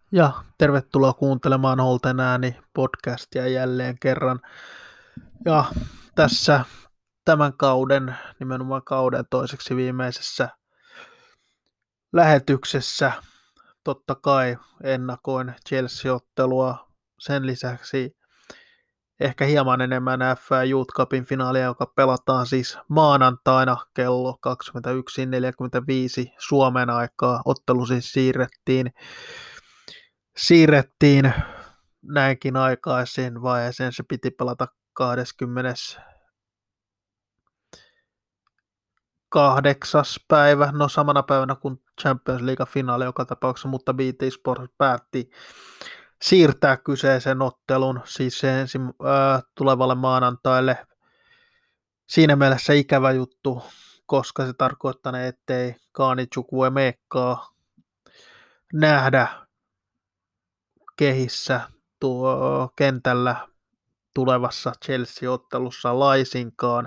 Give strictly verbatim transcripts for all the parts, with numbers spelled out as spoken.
Ja tervetuloa kuuntelemaan Holten ääni podcastia jälleen kerran. Ja tässä tämän kauden, nimenomaan kauden toiseksi viimeisessä lähetyksessä totta kai ennakoin Chelsea-ottelua. Sen lisäksi ehkä hieman enemmän F A Youth Cupin finaalia, joka pelataan siis maanantaina kello kaksikymmentäyksi neljäkymmentäviisi Suomen aikaa. Ottelu siis siirrettiin, siirrettiin näinkin aikaiseen vaiheeseen. Se piti pelata kahdeskymmeneskahdeksas päivä, no samana päivänä kuin Champions League-finaali joka tapauksessa, mutta B T Sport päätti siirtää kyseisen ottelun, siis se ensi äh, tulevalle maanantaille. Siinä mielessä ikävä juttu, koska se tarkoittaa, ettei Kaani Chukwuemekkaa nähdä kehissä tuo kentällä tulevassa Chelsea-ottelussa laisinkaan.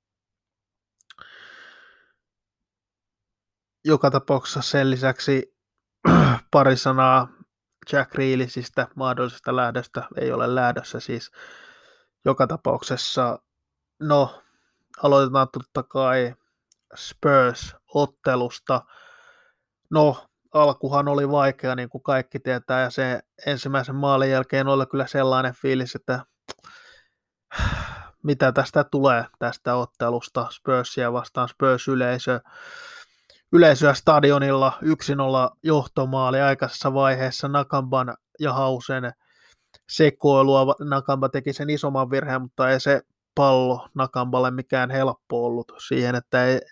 Joka tapauksessa sen lisäksi pari sanaa Jack Grealishistä mahdollisesta lähdöstä, ei ole lähdössä siis. Joka tapauksessa, no aloitetaan totta kai Spurs-ottelusta. No alkuhan oli vaikea, niin kuin kaikki tietää, ja se ensimmäisen maalin jälkeen oli kyllä sellainen fiilis, että mitä tästä tulee tästä ottelusta Spursia vastaan Spurs-yleisö. Yleisöä stadionilla yksi nolla johtomaali aikaisessa vaiheessa Nakamban ja Hausen sekoilua. Nakamba teki sen isomman virheen, mutta ei se pallo Nakamballe mikään helppo ollut siihen, että ei...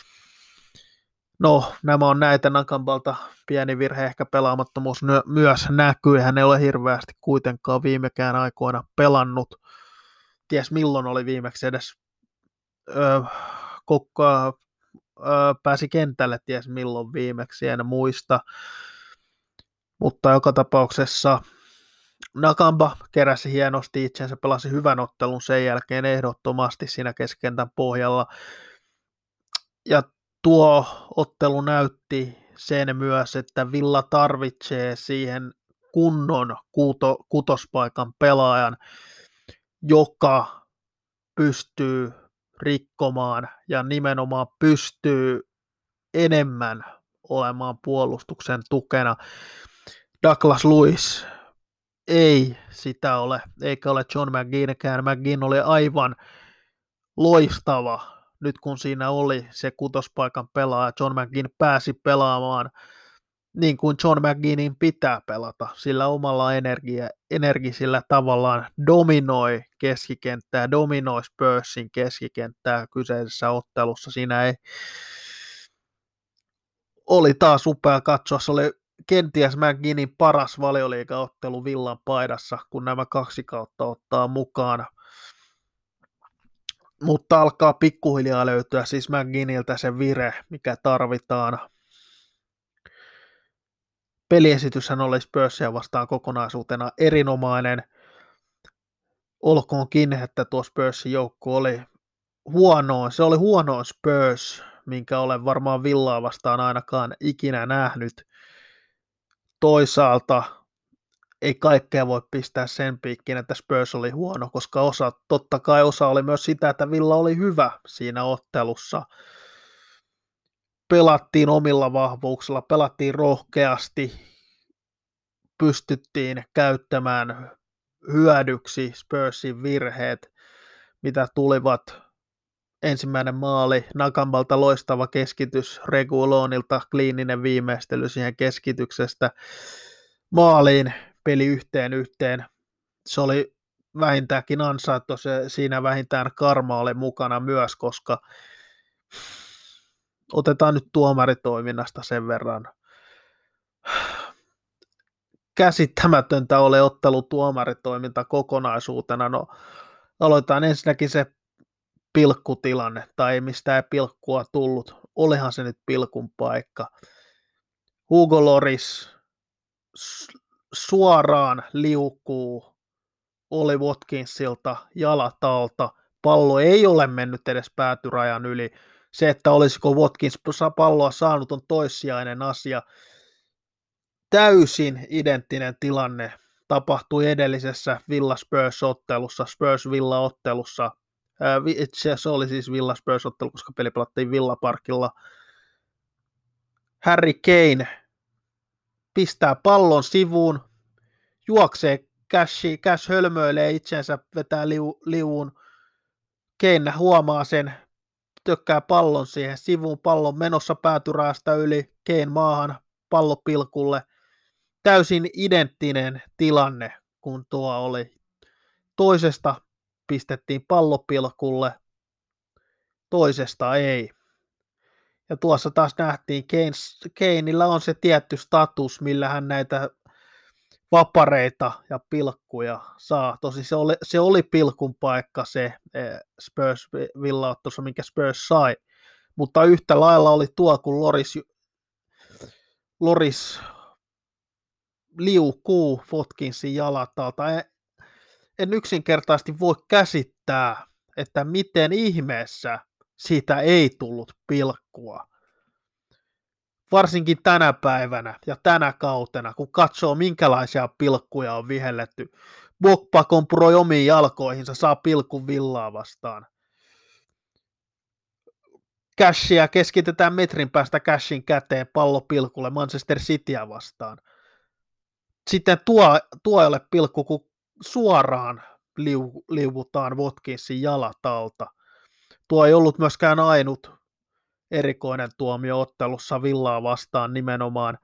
No, nämä on näitä Nakambalta pieni virhe, ehkä pelaamattomuus myös näkyy. Hän ei ole hirveästi kuitenkaan viimekään aikoina pelannut. Ties milloin oli viimeksi edes öö, kokkaa pääsi kentälle, ties milloin viimeksi, en muista. Mutta joka tapauksessa Nakamba keräsi hienosti itsensä, pelasi hyvän ottelun sen jälkeen ehdottomasti siinä keskentän pohjalla. Ja tuo ottelu näytti sen myös, että Villa tarvitsee siihen kunnon kuuto, kutospaikan pelaajan, joka pystyy rikkomaan ja nimenomaan pystyy enemmän olemaan puolustuksen tukena. Douglas Lewis ei sitä ole, eikä ole John McGinnkään. McGinn oli aivan loistava nyt kun siinä oli se kutospaikan pelaaja. John McGinn pääsi pelaamaan niin kuin John McGinnin pitää pelata, sillä omalla energia, energisillä tavallaan dominoi keskikenttää, dominoi Spursin keskikenttää kyseisessä ottelussa. Siinä ei oli taas upea katsoa, se oli kenties McGinnin paras valioliigaottelu Villan paidassa, kun nämä kaksi kautta ottaa mukaan. Mutta alkaa pikkuhiljaa löytyä siis McGinniltä se vire, mikä tarvitaan. Peliesityshän oli Spursia vastaan kokonaisuutena erinomainen. Olkoonkin, että tuo Spursin joukko oli huonoa. Se oli huono Spurs, minkä olen varmaan Villaa vastaan ainakaan ikinä nähnyt. Toisaalta ei kaikkea voi pistää sen piikkiin, että Spurs oli huono, koska osa, totta kai osa oli myös sitä, että Villa oli hyvä siinä ottelussa. Pelattiin omilla vahvuuksilla, pelattiin rohkeasti, pystyttiin käyttämään hyödyksi Spursin virheet, mitä tulivat. Ensimmäinen maali, Nakambalta loistava keskitys, Regulonilta kliininen viimeistely siihen keskityksestä maaliin, peli yhteen yhteen. Se oli vähintäänkin ansaittu, se, siinä vähintään karma oli mukana myös, koska otetaan nyt tuomaritoiminnasta sen verran. Käsittämätöntä oli ottelu tuomaritoiminta kokonaisuutena. No, aloitetaan ensinnäkin se pilkkutilanne, tai mistä ei pilkkua tullut. Olihan se nyt pilkun paikka. Hugo Loris suoraan liukuu Oli Watkinsilta jalat alta. Pallo ei ole mennyt edes päätyrajan yli. Se, että olisiko Watkins palloa saanut, on toissijainen asia. täysin identtinen tilanne tapahtui edellisessä Villa Spurs-ottelussa, Spurs-Villa-ottelussa. Itse asiassa se oli siis Villa Spurs-ottelu, koska peli pelattiin Villa Parkilla. Harry Kane pistää pallon sivuun, juoksee Cashi, Cash hölmöilee itsensä, vetää liu, liuun. Kane huomaa sen, tökkää pallon siihen sivuun, pallon menossa päätyraasta yli, Kane maahan, pallo pilkulle. Täysin identtinen tilanne, kun tuo oli. Toisesta pistettiin pallopilkulle, toisesta ei. Ja tuossa taas nähtiin, Kaneillä on se tietty status, millä hän näitä vapareita ja pilkkuja saa. Tosi se oli, se oli pilkun paikka se Spurs Villa-ottelussa, minkä Spurs sai. Mutta yhtä lailla oli tuo, kun Loris, Loris liukuu Watkinsin jalat alta. En, en yksinkertaisesti voi käsittää, että miten ihmeessä siitä ei tullut pilkkua. Varsinkin tänä päivänä ja tänä kautena, kun katsoo minkälaisia pilkkuja on vihelletty. Pogba kompuroi omiin jalkoihinsa, saa pilkun Villaa vastaan. Cashia keskitetään metrin päästä Cashin käteen pallopilkulle Manchester Cityä vastaan. Sitten tuo, tuo ei ole pilkku, kun suoraan liu, liuvutaan Watkinsin jalat alta. Tuo ei ollut myöskään ainut erikoinen tuomio ottelussa Villaa vastaan, nimenomaan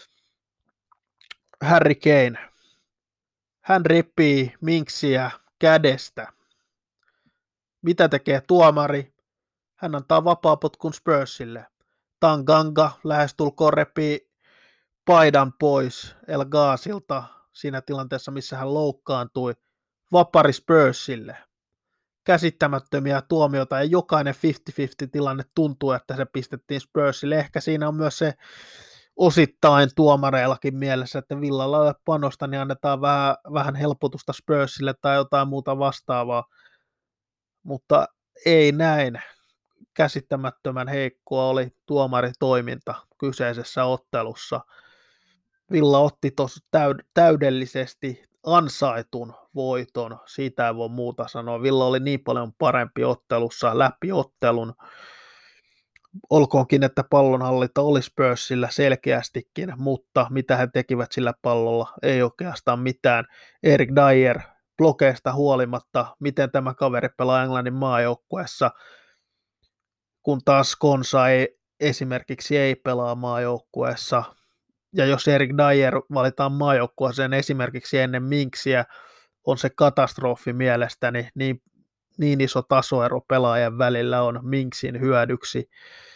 Harry Kane. Hän repii Minksiä kädestä. Mitä tekee tuomari? Hän antaa vapaapotkun Spursille. Tanganga lähestulkoon repii paidan pois El Ghazilta siinä tilanteessa, missä hän loukkaantui. Vapari Spursille. Käsittämättömiä tuomioita ja jokainen viisikymmentä viisikymmentä tilanne tuntuu, että se pistettiin Spursille. Ehkä siinä on myös se osittain tuomareillakin mielessä, että Villalla ei ole panosta, niin annetaan vähän, vähän helpotusta Spursille tai jotain muuta vastaavaa. Mutta ei näin. Käsittämättömän heikkoa oli tuomaritoiminta kyseisessä ottelussa. Villa otti tosi täydellisesti ansaitun voiton, siitä ei voi muuta sanoa. Villa oli niin paljon parempi ottelussa läpi ottelun. Olkoonkin, että pallonhallinta oli Spursillä selkeästikin, mutta mitä he tekivät sillä pallolla, ei oikeastaan mitään. Eric Dier blokeista huolimatta, miten tämä kaveri pelaa Englannin maajoukkueessa, kun taas Konsa ei, esimerkiksi ei pelaa maajoukkueessa. Ja jos Eric Dier valitaan maajoukkueeseen esimerkiksi ennen Minksiä, on se katastrofi mielestäni, niin, niin iso tasoero pelaajien välillä on Minksin hyödyksi.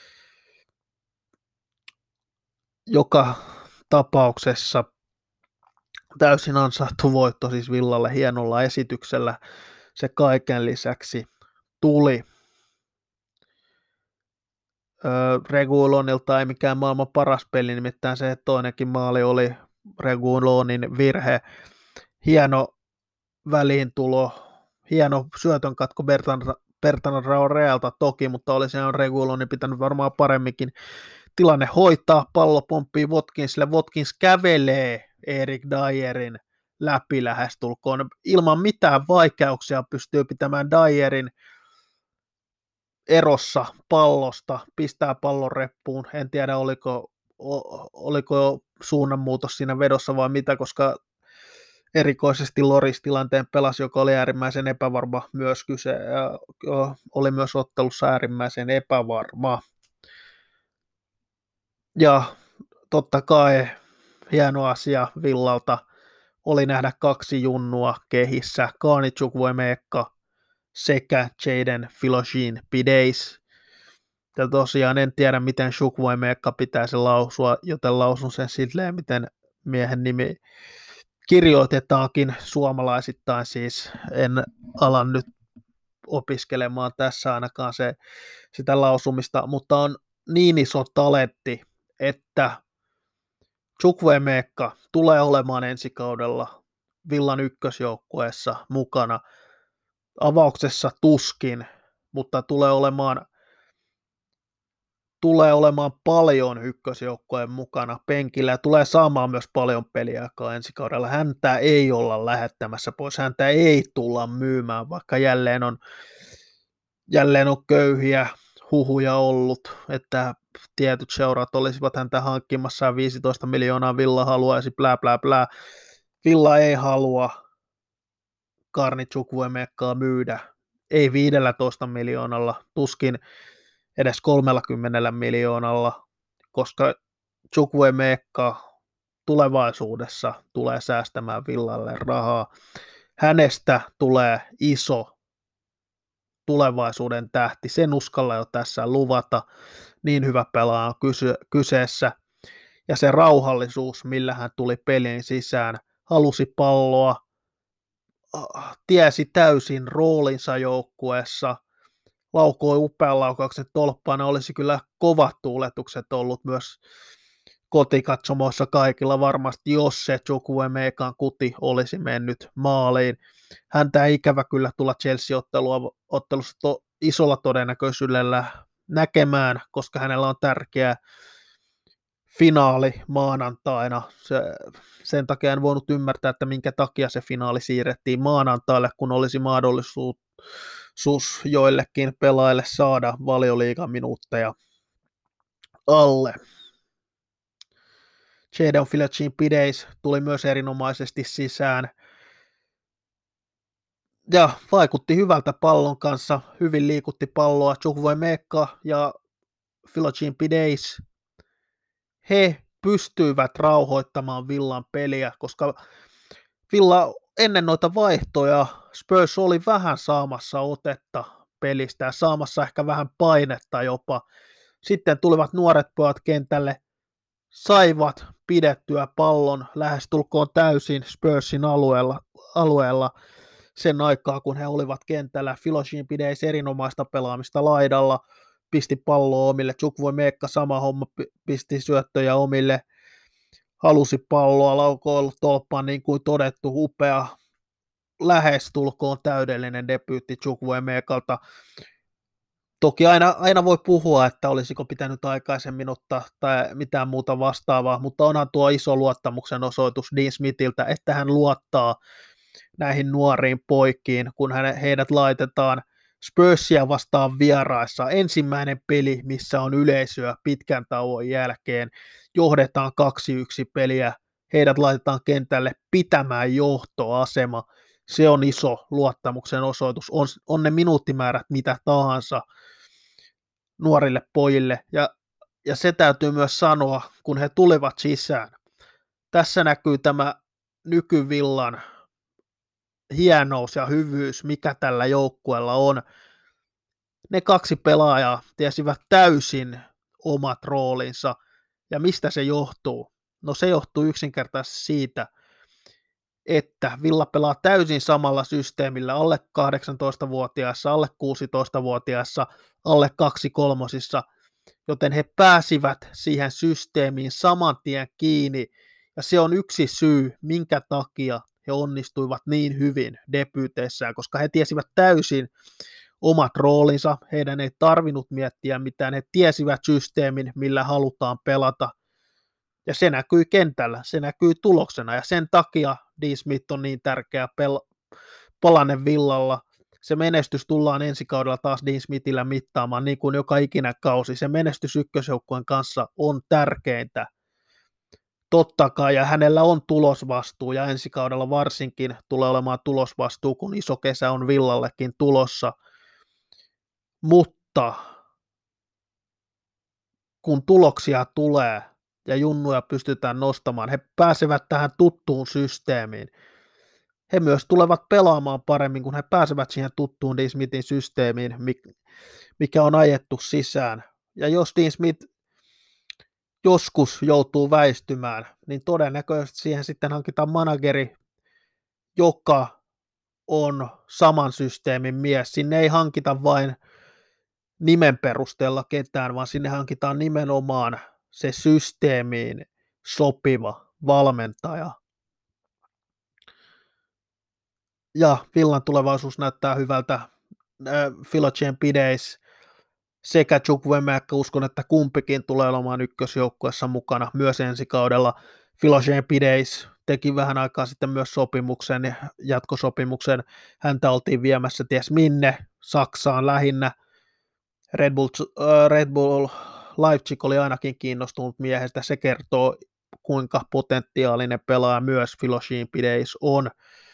Joka tapauksessa täysin ansaittu voitto siis Villalle hienolla esityksellä. Se kaiken lisäksi tuli. Öö, Reguilonilta ei mikään maailman paras peli, nimittäin se toinenkin maali oli Reguilonin virhe. Hieno väliintulo, hieno syötön katko Bertan, Bertan Traorelta toki, mutta oli se Reguilonin pitänyt varmaan paremminkin tilanne hoitaa. Pallo pomppii Watkinsille, Watkins kävelee Eric Dierin läpi lähestulkoon. Ilman mitään vaikeuksia pystyy pitämään Dierin erossa pallosta, pistää pallon reppuun. En tiedä, oliko, oliko suunnanmuutos siinä vedossa vai mitä, koska erikoisesti Loris tilanteen pelasi, joka oli äärimmäisen epävarma myös kyse, ja oli myös ottelussa äärimmäisen epävarma. Ja totta kai hieno asia Villalta oli nähdä kaksi junnua kehissä, Kaani Chukwuemeka sekä Jaden Philogene Bidace. Ja tosiaan en tiedä, miten Chukwuemeka pitäisi lausua, joten lausun sen silleen, miten miehen nimi kirjoitetaankin suomalaisittain, siis en ala nyt opiskelemaan tässä ainakaan se, sitä lausumista, mutta on niin iso talentti, että Chukwuemeka tulee olemaan ensi kaudella Villan ykkösjoukkueessa mukana. Avauksessa tuskin, mutta tulee olemaan tulee olemaan paljon ykkösjoukkojen mukana penkillä ja tulee saamaan myös paljon peliaikaa ensi kaudella. Häntä ei olla lähettämässä pois, häntä ei tulla myymään, vaikka jälleen on, jälleen on köyhiä huhuja ollut, että tietyt seurat olisivat häntä hankkimassa ja viisitoista miljoonaa Villa haluaisi, blää blää blää. Villa ei halua Karni Chukwuemekkaa myydä, ei viisitoista miljoonalla, tuskin edes kolmekymmentä miljoonalla, koska Chukwuemekka tulevaisuudessa tulee säästämään Villalle rahaa. Hänestä tulee iso tulevaisuuden tähti, sen uskalla jo tässä luvata, niin hyvä pelaaja on kyse- kyseessä, ja se rauhallisuus, millä hän tuli pelin sisään, halusi palloa, tiesi täysin roolinsa joukkueessa, laukoi upean laukauksen tolppaan, olisi kyllä kovat tuuletukset ollut myös kotikatsomoissa kaikilla varmasti, jos se Chukwuemekan kuti olisi mennyt maaliin. Häntä ei ikävä kyllä tulla Chelsea-ottelussa to, isolla todennäköisyydellä näkemään, koska hänellä on tärkeä finaali maanantaina. Se, sen takia en voinut ymmärtää, että minkä takia se finaali siirrettiin maanantaille, kun olisi mahdollisuus joillekin pelaajille saada Valioliigan minuutteja alle. Jadon Philogene-Bidace tuli myös erinomaisesti sisään ja vaikutti hyvältä pallon kanssa, hyvin liikutti palloa. Chukwuemeka ja Philogene-Bidace, he pystyivät rauhoittamaan Villan peliä, koska Villa ennen noita vaihtoja Spurs oli vähän saamassa otetta pelistä ja saamassa ehkä vähän painetta jopa. Sitten tulivat nuoret pojat kentälle, saivat pidettyä pallon lähestulkoon täysin Spursin alueella, alueella sen aikaa, kun he olivat kentällä. Philogene-Bidace erinomaista pelaamista laidalla, pisti palloa omille. Chukwuemeka sama homma, pisti syöttöjä omille. Halusi palloa, laukoilu tolppaan, niin kuin todettu, upea, lähestulkoon täydellinen debyytti Chukwuemekalta. Toki aina, aina voi puhua, että olisiko pitänyt aikaisemmin ottaa tai mitään muuta vastaavaa, mutta onhan tuo iso luottamuksen osoitus Dean Smithiltä, että hän luottaa näihin nuoriin poikiin, kun heidät laitetaan Spursia vastaan vieraissa. Ensimmäinen peli, missä on yleisöä pitkän tauon jälkeen, johdetaan kaksi yksi peliä, heidät laitetaan kentälle pitämään johtoasema. Se on iso luottamuksen osoitus, on, on ne minuuttimäärät mitä tahansa nuorille pojille, ja, ja se täytyy myös sanoa, kun he tulivat sisään. Tässä näkyy tämä nykyvillan hienous ja hyvyys, mikä tällä joukkueella on. Ne kaksi pelaajaa tiesivät täysin omat roolinsa, ja mistä se johtuu? No se johtuu yksinkertaisesti siitä, että Villa pelaa täysin samalla systeemillä alle kahdeksantoistavuotiaissa, alle kuusitoistavuotiaissa, alle kaksi kolmosissa, joten he pääsivät siihen systeemiin saman tien kiinni, ja se on yksi syy, minkä takia he onnistuivat niin hyvin debyyteissään, koska he tiesivät täysin omat roolinsa, heidän ei tarvinnut miettiä mitään, he tiesivät systeemin, millä halutaan pelata, ja se näkyy kentällä, se näkyy tuloksena, ja sen takia Dean Smith on niin tärkeä pel- palanen Villalla. Se menestys tullaan ensi kaudella taas Dean Smithillä mittaamaan, niin kuin joka ikinä kausi. Se menestys ykkösjoukkueen kanssa on tärkeintä. Totta kai, ja hänellä on tulosvastuu, ja ensi kaudella varsinkin tulee olemaan tulosvastuu, kun iso kesä on Villallekin tulossa. Mutta kun tuloksia tulee, ja junnuja pystytään nostamaan, he pääsevät tähän tuttuun systeemiin. He myös tulevat pelaamaan paremmin, kun he pääsevät siihen tuttuun Dean Smithin systeemiin, mikä on ajettu sisään. Ja jos Dean Smith joskus joutuu väistymään, niin todennäköisesti siihen sitten hankitaan manageri, joka on saman systeemin mies. Sinne ei hankita vain nimen perusteella ketään, vaan sinne hankitaan nimenomaan se systeemiin sopiva valmentaja. Ja Villan tulevaisuus näyttää hyvältä. Philogene-Bidace sekä Chukwuemeka, uskon, että kumpikin tulee olemaan ykkösjoukkueessa mukana myös ensi kaudella. Philogen Pideis teki vähän aikaa sitten myös sopimuksen, jatkosopimuksen. Häntä oltiin viemässä ties minne, Saksaan lähinnä. Red Bull, äh, Red Bull Leipzig oli ainakin kiinnostunut miehestä. Se kertoo, kuinka potentiaalinen pelaaja myös Philogen Pideis on.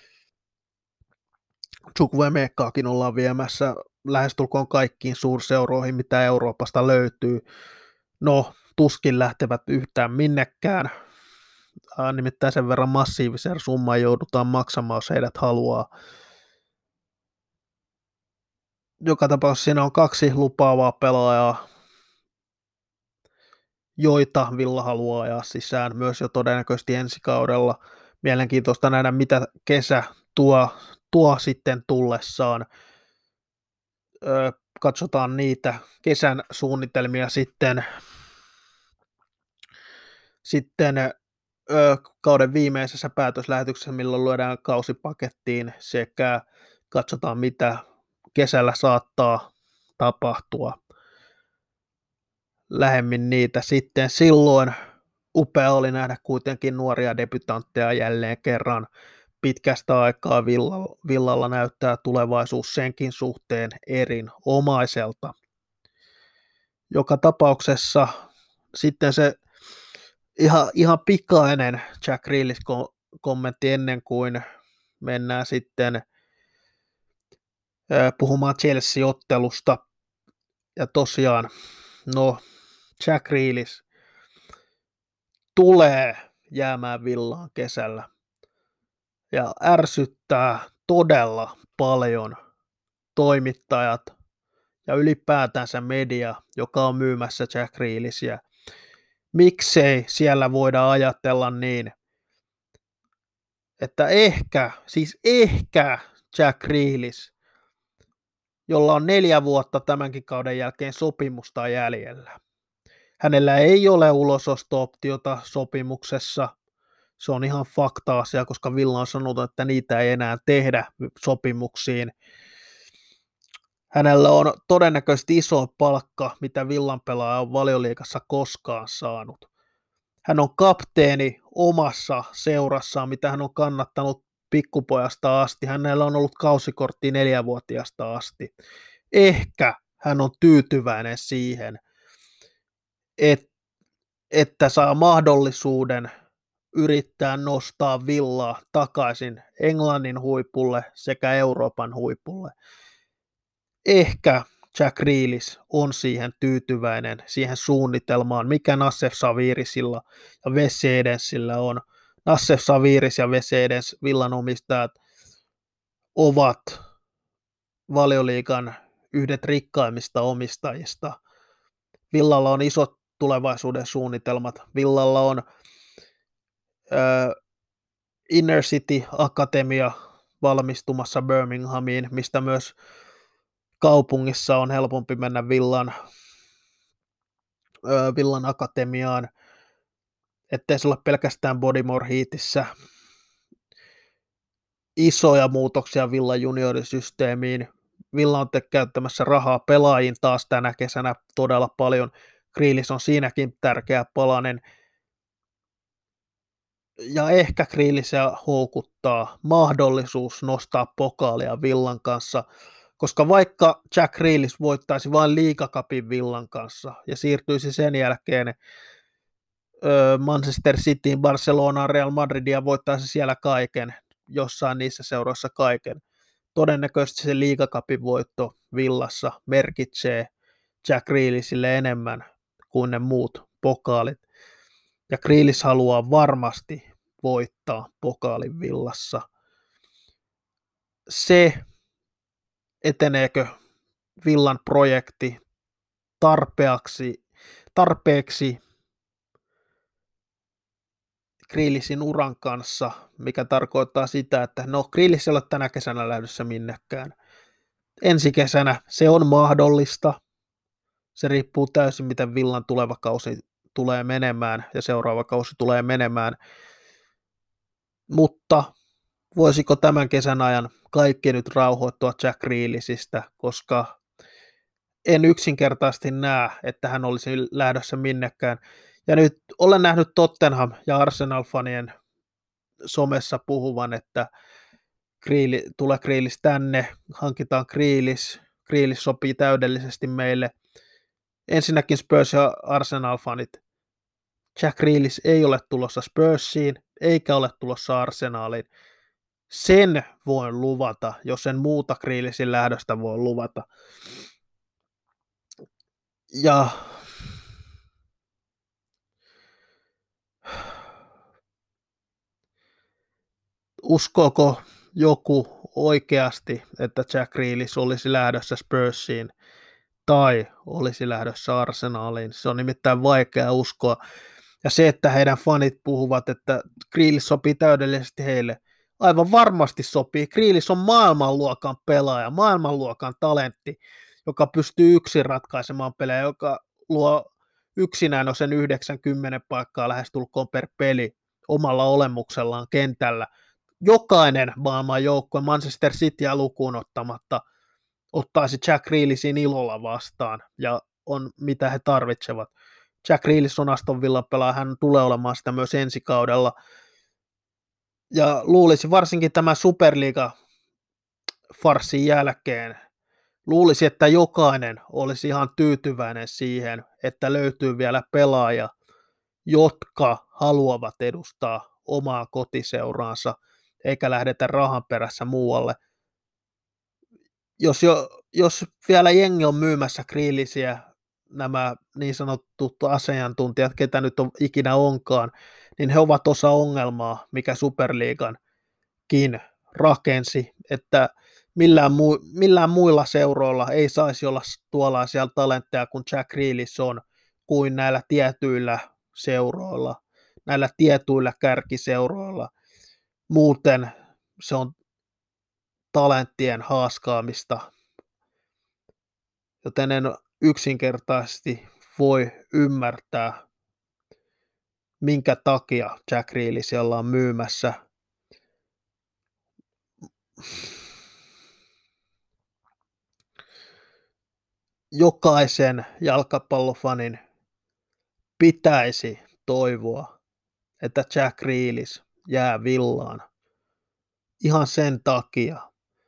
Chukwuemekaakin ollaan viemässä lähestulkoon kaikkiin suurseuroihin, mitä Euroopasta löytyy. No, tuskin lähtevät yhtään minnekään. Äh, nimittäin sen verran massiivisen summan joudutaan maksamaan, jos heidät haluaa. Joka tapauksessa siinä on kaksi lupaavaa pelaajaa, joita Villa haluaa ajaa sisään myös jo todennäköisesti ensi kaudella. Mielenkiintoista nähdä, mitä kesä tuo, tuo sitten tullessaan. Öö, katsotaan niitä kesän suunnitelmia sitten, sitten öö, kauden viimeisessä päätöslähetyksessä, milloin lyödään kausipakettiin, sekä katsotaan, mitä kesällä saattaa tapahtua. Lähemmin niitä sitten silloin. Upea oli nähdä kuitenkin nuoria debutantteja jälleen kerran. Pitkästä aikaa Villalla, Villalla näyttää tulevaisuus senkin suhteen erinomaiselta. Joka tapauksessa sitten se ihan, ihan pikainen Jack Grealish-kommentti ennen kuin mennään sitten puhumaan Chelsea-ottelusta. Ja tosiaan, no Jack Grealish tulee jäämään Villaan kesällä. Ja ärsyttää todella paljon toimittajat ja ylipäätänsä media, joka on myymässä Jack Grealishia. Miksei siellä voida ajatella niin, että ehkä, siis ehkä Jack Grealish, jolla on neljä vuotta tämänkin kauden jälkeen sopimusta jäljellä. Hänellä ei ole ulososto-optiota sopimuksessa. Se on ihan fakta-asia, koska Villa on sanonut, että niitä ei enää tehdä sopimuksiin. Hänellä on todennäköisesti iso palkka, mitä Villan pelaaja on Valioliigassa koskaan saanut. Hän on kapteeni omassa seurassaan, mitä hän on kannattanut pikkupojasta asti. Hänellä on ollut kausikortti neljävuotiaasta asti. Ehkä hän on tyytyväinen siihen, että saa mahdollisuuden yrittää nostaa Villaa takaisin Englannin huipulle sekä Euroopan huipulle. Ehkä Jack Grealish on siihen tyytyväinen, siihen suunnitelmaan, mikä Nassef Savirisilla ja Wes Edensillä on. Nassef Saviris ja Wes Edens, Villan omistajat, ovat Valioliigan yhdet rikkaimmista omistajista. Villalla on isot tulevaisuuden suunnitelmat. Villalla on äh, Inner City Akatemia valmistumassa Birminghamiin, mistä myös kaupungissa on helpompi mennä Villan, äh, Villan Akatemiaan, ettei se ole pelkästään Bodymore Heatissä. Isoja muutoksia Villan juniorisysteemiin. Villa on käyttämässä rahaa pelaajiin taas tänä kesänä todella paljon. Grealish on siinäkin tärkeä palanen. Ja ehkä Grealishia houkuttaa mahdollisuus nostaa pokaalia Villan kanssa, koska vaikka Jack Grealish voittaisi vain liigacupin Villan kanssa ja siirtyisi sen jälkeen Manchester Cityin, Barcelonaan, Real Madridia ja voittaisi siellä kaiken, jossain niissä seuroissa kaiken. Todennäköisesti se liigacupin voitto Villassa merkitsee Jack Grealishille enemmän kuin ne muut pokaalit. Ja Grealish haluaa varmasti voittaa pokaalin Villassa. Se, eteneekö Villan projekti tarpeeksi, tarpeeksi Grealishin uran kanssa, mikä tarkoittaa sitä, että no Grealish ei ole tänä kesänä lähdössä minnekään. Ensi kesänä se on mahdollista. Se riippuu täysin, miten Villan tuleva kausi tulee menemään ja seuraava kausi tulee menemään. Mutta voisiko tämän kesän ajan kaikki nyt rauhoittua Jack Grealishistä, koska en yksinkertaisesti näe, että hän olisi lähdössä minnekään. Ja nyt olen nähnyt Tottenham- ja Arsenal-fanien somessa puhuvan, että Kriili, tulee Kriilis tänne, hankitaan Kriilis, Kriilis sopii täydellisesti meille. Ensinnäkin Spurs ja Arsenal-fanit. Jack Grealish ei ole tulossa Spursiin, eikä ole tulossa Arsenaaliin. Sen voin luvata, jos en muuta Grealishin lähdöstä voi luvata. Ja uskooko joku oikeasti, että Jack Grealish olisi lähdössä Spursiin tai olisi lähdössä Arsenaaliin? Se on nimittäin vaikea uskoa. Ja se, että heidän fanit puhuvat, että Grealish sopii täydellisesti heille, aivan varmasti sopii. Grealish on maailmanluokan pelaaja, maailmanluokan talentti, joka pystyy yksin ratkaisemaan pelejä, joka luo yksinään on sen yhdeksänkymmentä paikkaa lähestulkoon per peli omalla olemuksellaan kentällä. Jokainen maailman joukkue, Manchester Cityä lukuun ottamatta, ottaisi Jack Grealishin ilolla vastaan ja on mitä he tarvitsevat. Jack Grealish on Aston Villan pelaaja, hän tulee olemaan sitä myös ensi kaudella. Ja luulisi varsinkin tämän Superliga-farssin jälkeen, luulisi, että jokainen olisi ihan tyytyväinen siihen, että löytyy vielä pelaaja, jotka haluavat edustaa omaa kotiseuraansa, eikä lähdetä rahan perässä muualle. Jos, jo, jos vielä jengi on myymässä Grealishia, nämä niin sanotut asiantuntijat, ketä nyt on, ikinä onkaan, niin he ovat osa ongelmaa, mikä Superliigankin rakensi, että millään, mu- millään muilla seuroilla ei saisi olla tuollaisia talentteja kuin Jack Grealish on, kuin näillä tietyillä seuroilla, näillä tietyillä kärkiseuroilla. Muuten se on talenttien haaskaamista, joten en yksinkertaisesti voi ymmärtää, minkä takia Jack Grealish ollaan myymässä. Jokaisen jalkapallofanin pitäisi toivoa, että Jack Grealish jää Villaan. Ihan sen takia,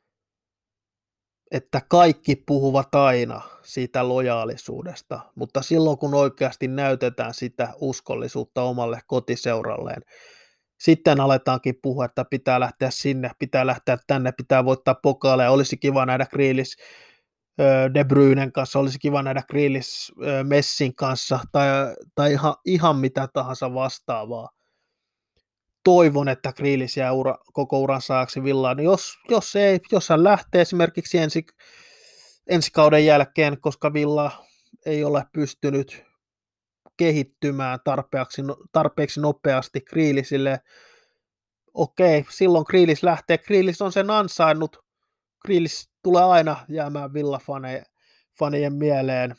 että kaikki puhuvat aina siitä lojaalisuudesta, mutta silloin kun oikeasti näytetään sitä uskollisuutta omalle kotiseuralleen, sitten aletaankin puhua, että pitää lähteä sinne, pitää lähteä tänne, pitää voittaa pokaaleja, olisi kiva nähdä Grealish De Bruynen kanssa, olisi kiva nähdä Grealish Messin kanssa tai, tai ihan, ihan mitä tahansa vastaavaa. Toivon, että Grealish jää ura, koko uran saajaksi Villaan. Jos, jos, ei, jos hän lähtee esimerkiksi ensi, ensi kauden jälkeen, koska Villa ei ole pystynyt kehittymään tarpeeksi, tarpeeksi nopeasti Grealishille, okei, silloin Grealish lähtee. Grealish on sen ansainnut. Grealish tulee aina jäämään Villa-fanien mieleen,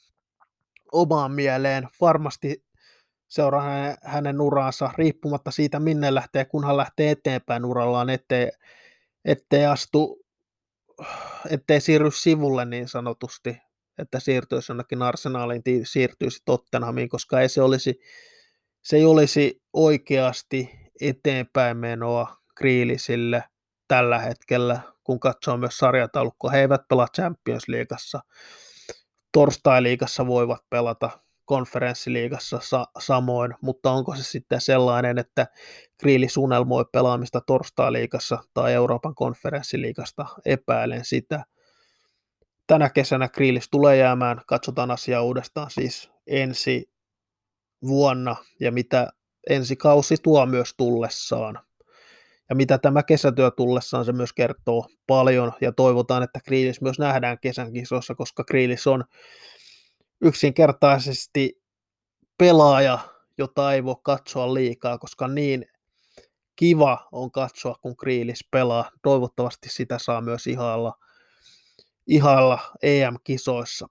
omaan mieleen. Varmasti seuraa hänen, hänen uraansa, riippumatta siitä, minne lähtee, kunhan lähtee eteenpäin urallaan, ettei, ettei astu, ettei siirry sivulle niin sanotusti, että siirtyisi jonnekin Arsenaaliin, siirtyisi Tottenhamiin, koska ei se olisi, se ei olisi oikeasti eteenpäin menoa Grealishille tällä hetkellä, kun katsoo myös sarjataulukkoa. He eivät pelaa Champions Leagueassa. Torstai-liigassa voivat pelata, konferenssiliigassa sa- samoin, mutta onko se sitten sellainen, että Grealish unelmoi pelaamista torstai-liigassa tai Euroopan konferenssiliigasta, epäilen sitä. Tänä kesänä Grealish tulee jäämään, katsotaan asiaa uudestaan siis ensi vuonna ja mitä ensi kausi tuo myös tullessaan. Ja mitä tämä kesätyö tullessaan, se myös kertoo paljon ja toivotaan, että Grealish myös nähdään kesän kisoissa, koska Grealish on yksinkertaisesti pelaaja, jota ei voi katsoa liikaa, koska niin kiva on katsoa, kun Grealish pelaa. Toivottavasti sitä saa myös ihailla, ihailla E M-kisoissa.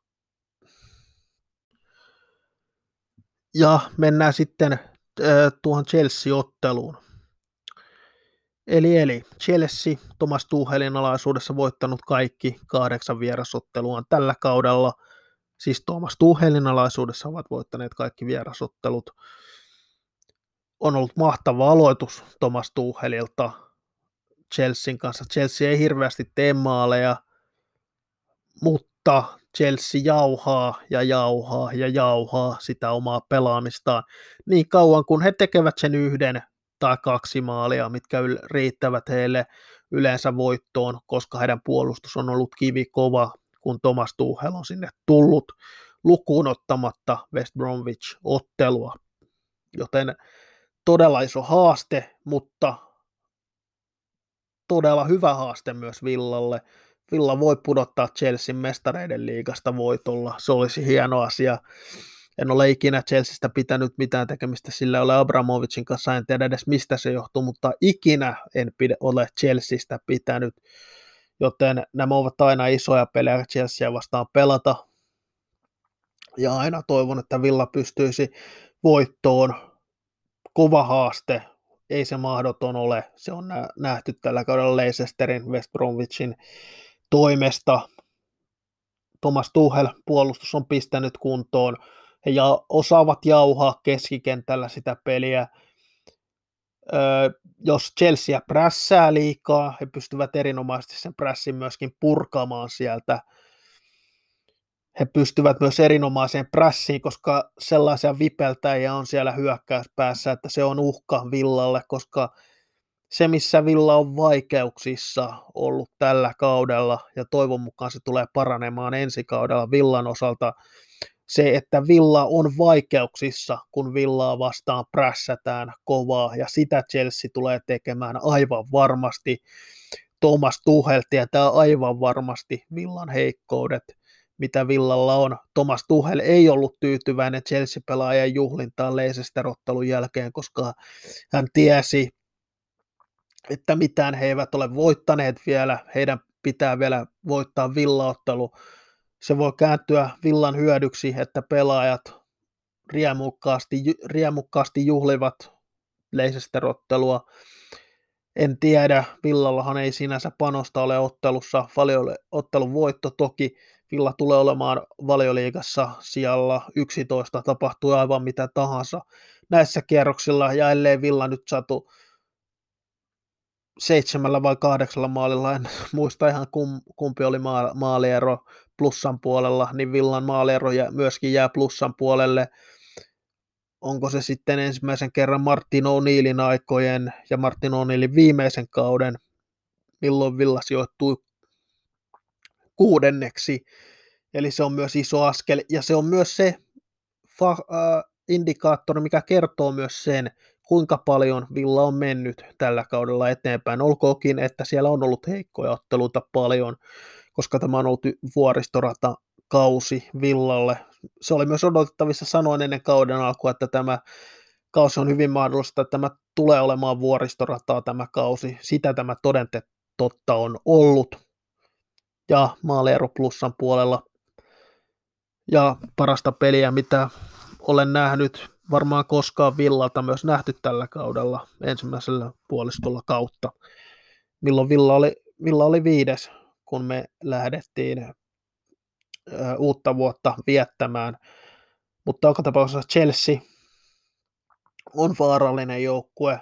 Ja mennään sitten äh, tuohon Chelsea-otteluun. Eli, eli Chelsea Thomas Tuchelin alaisuudessa voittanut kaikki kahdeksan vierasotteluaan tällä kaudella. siis Thomas Tuchelin alaisuudessa ovat voittaneet kaikki vierasottelut. On ollut mahtava aloitus Thomas Tuchelilta Chelsean kanssa. Chelsea ei hirveästi tee maaleja, mutta Chelsea jauhaa ja jauhaa ja jauhaa sitä omaa pelaamistaan niin kauan, kun he tekevät sen yhden tai kaksi maalia, mitkä yl- riittävät heille yleensä voittoon, koska heidän puolustus on ollut kivikova, kun Thomas Tuchel on sinne tullut lukuun ottamatta West Bromwich-ottelua. Joten todella iso haaste, mutta todella hyvä haaste myös Villalle. Villa voi pudottaa Chelsean mestareiden liigasta voitolla, se olisi hieno asia. En ole ikinä Chelseasta pitänyt mitään tekemistä, sillä ei ole Abramovicin kanssa, en tiedä edes mistä se johtuu, mutta ikinä en pide, ole Chelseasta pitänyt, joten nämä ovat aina isoja pelejä Chelsea vastaan pelata. Ja aina toivon, että Villa pystyisi voittoon. Kova haaste, ei se mahdoton ole, se on nähty tällä kaudella Leicesterin, West Bromwichin toimesta. Thomas Tuchel puolustus on pistänyt kuntoon, he ja osaavat jauhaa keskikentällä sitä peliä. Öö, jos Chelsea prässää liikaa, he pystyvät erinomaisesti sen prässin myöskin purkamaan sieltä. He pystyvät myös erinomaiseen prässiin, koska sellaisia vipeltäjiä on siellä hyökkäyspäässä, että se on uhka Villalle, koska se, missä Villa on vaikeuksissa ollut tällä kaudella, ja toivon mukaan se tulee paranemaan ensi kaudella Villan osalta, se, että Villa on vaikeuksissa, kun Villaa vastaan prässätään kovaa, ja sitä Chelsea tulee tekemään aivan varmasti. Thomas Tuchel tietää aivan varmasti Villan heikkoudet, mitä Villalla on. Thomas Tuchel ei ollut tyytyväinen Chelsea-pelaajien juhlintaan Leicester-ottelun jälkeen, koska hän tiesi, että mitään he eivät ole voittaneet vielä, heidän pitää vielä voittaa Villa-ottelu. Se voi kääntyä Villan hyödyksi, että pelaajat riemukkaasti, riemukkaasti juhlivat Leicester-ottelua. En tiedä, Villallahan ei sinänsä panosta ole ottelussa, ottelun voitto toki, Villa tulee olemaan Valioliigassa sijalla yksitoista, tapahtuu aivan mitä tahansa näissä kierroksilla, ja ellei Villa nyt satu seitsemällä vai kahdeksalla maalilla, en muista ihan kumpi oli maaliero plussan puolella, niin Villan maaliero myöskin jää plussan puolelle. Onko se sitten ensimmäisen kerran Martin O'Neillin aikojen ja Martin O'Neillin viimeisen kauden, milloin Villa sijoittui kuudenneksi, eli se on myös iso askel, ja se on myös se fa- äh, indikaattori, mikä kertoo myös sen, kuinka paljon Villa on mennyt tällä kaudella eteenpäin. Olkoonkin, että siellä on ollut heikkoja otteluita paljon, koska tämä on ollut vuoristorata kausi Villalle. Se oli myös odotettavissa, sanoin ennen kauden alkua, että tämä kausi on hyvin mahdollista, että tämä tulee olemaan vuoristorataa tämä kausi. Sitä tämä todente totta on ollut. Ja maaliero plussan puolella. Ja parasta peliä, mitä olen nähnyt varmaan koskaan Villalta myös nähty tällä kaudella ensimmäisellä puoliskolla kautta. Milloin Villa oli, Villa oli viides, kun me lähdettiin ö, uutta vuotta viettämään. Mutta joka tapauksessa Chelsea on vaarallinen joukkue.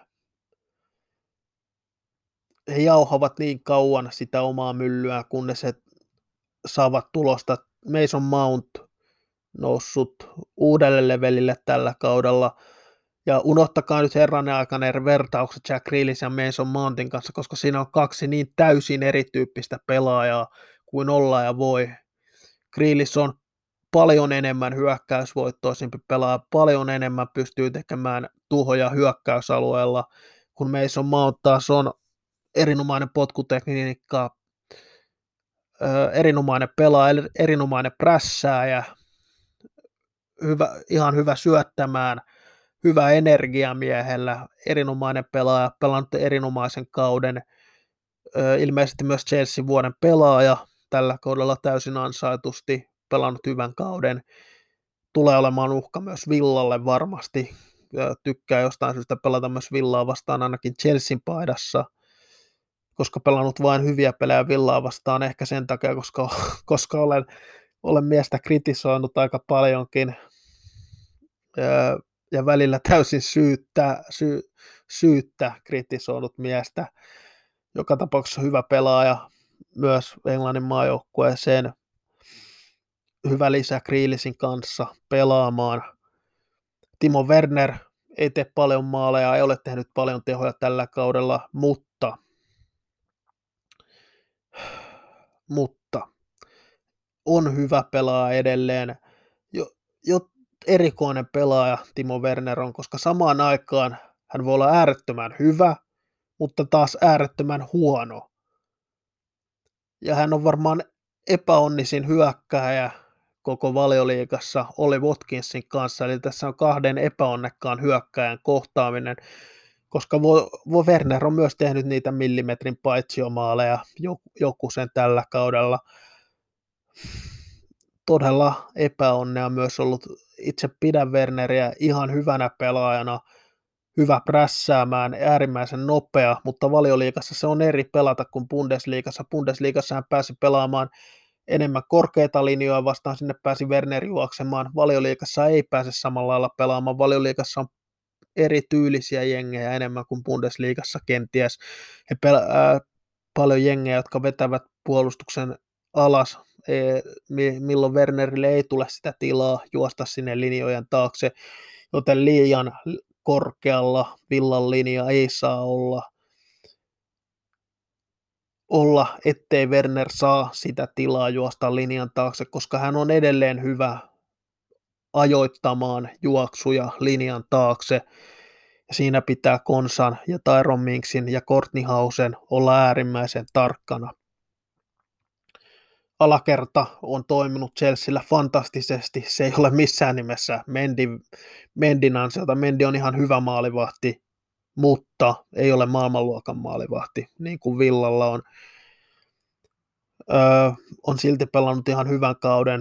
He jauhavat niin kauan sitä omaa myllyä, kunnes he saavat tulosta. Mason Mount noussut uudelle levelille tällä kaudella. Ja unohtakaa nyt herranen aikana vertaukset Jack Grealish ja Mason Mountin kanssa, koska siinä on kaksi niin täysin erityyppistä pelaajaa kuin olla ja voi. Grealish on paljon enemmän hyökkäysvoittoisempi pelaaja, paljon enemmän pystyy tekemään tuhoja hyökkäysalueella, kun Mason Mount taas on erinomainen potkutekniikka, erinomainen pelaaja, erinomainen prässääjä, hyvä, ihan hyvä syöttämään, hyvä energiamiehellä, erinomainen pelaaja, pelannut erinomaisen kauden, ilmeisesti myös Chelsea vuoden pelaaja tällä kaudella täysin ansaitusti, pelannut hyvän kauden, tulee olemaan uhka myös Villalle varmasti, tykkää jostain syystä pelata myös Villaa vastaan ainakin Chelsean paidassa, koska pelannut vain hyviä pelejä Villaa vastaan, ehkä sen takia, koska, koska olen olen miestä kritisoinut aika paljonkin öö, ja välillä täysin syyttä, sy, syyttä kritisoinut miestä. Joka tapauksessa hyvä pelaaja myös Englannin maajoukkueeseen. Hyvä lisä Grealishin kanssa pelaamaan. Timo Werner ei tee paljon maaleja, ei ole tehnyt paljon tehoja tällä kaudella, mutta, mutta on hyvä pelaaja edelleen. Jo, jo erikoinen pelaaja Timo Werner on, koska samaan aikaan hän voi olla äärettömän hyvä, mutta taas äärettömän huono. Ja hän on varmaan epäonnisin hyökkääjä koko Valioliigassa Ollie Watkinsin kanssa, eli tässä on kahden epäonnekkaan hyökkääjän kohtaaminen, koska Vo, Vo Werner on myös tehnyt niitä millimetrin paitsiomaaleja joku sen tällä kaudella. Todella epäonnea myös ollut. Itse pidän Werneriä ihan hyvänä pelaajana, hyvä prässäämään, äärimmäisen nopea, mutta Valioliigassa se on eri pelata kuin Bundesliigassa. Bundesliigassa hän pääsi pelaamaan enemmän korkeita linjoja vastaan, sinne pääsi Werner juoksemaan. Valioliigassa ei pääse samalla lailla pelaamaan. Valioliigassa on eri tyylisiä jengejä enemmän kuin Bundesliigassa kenties. He pelaa paljon jengejä, jotka vetävät puolustuksen alas, milloin Wernerille ei tule sitä tilaa juosta sinne linjojen taakse, joten liian korkealla Villan linja ei saa olla, olla, ettei Werner saa sitä tilaa juosta linjan taakse, koska hän on edelleen hyvä ajoittamaan juoksuja linjan taakse. Ja siinä pitää Konsan ja Tyrone Minksin ja Kortnihausen olla äärimmäisen tarkkana. Alakerta on toiminut Chelsealla fantastisesti. Se ei ole missään nimessä Mendy, Mendin ansiota. Mendy on ihan hyvä maalivahti, mutta ei ole maailmanluokan maalivahti, niin kuin Villalla on. Öö, on silti pelannut ihan hyvän kauden,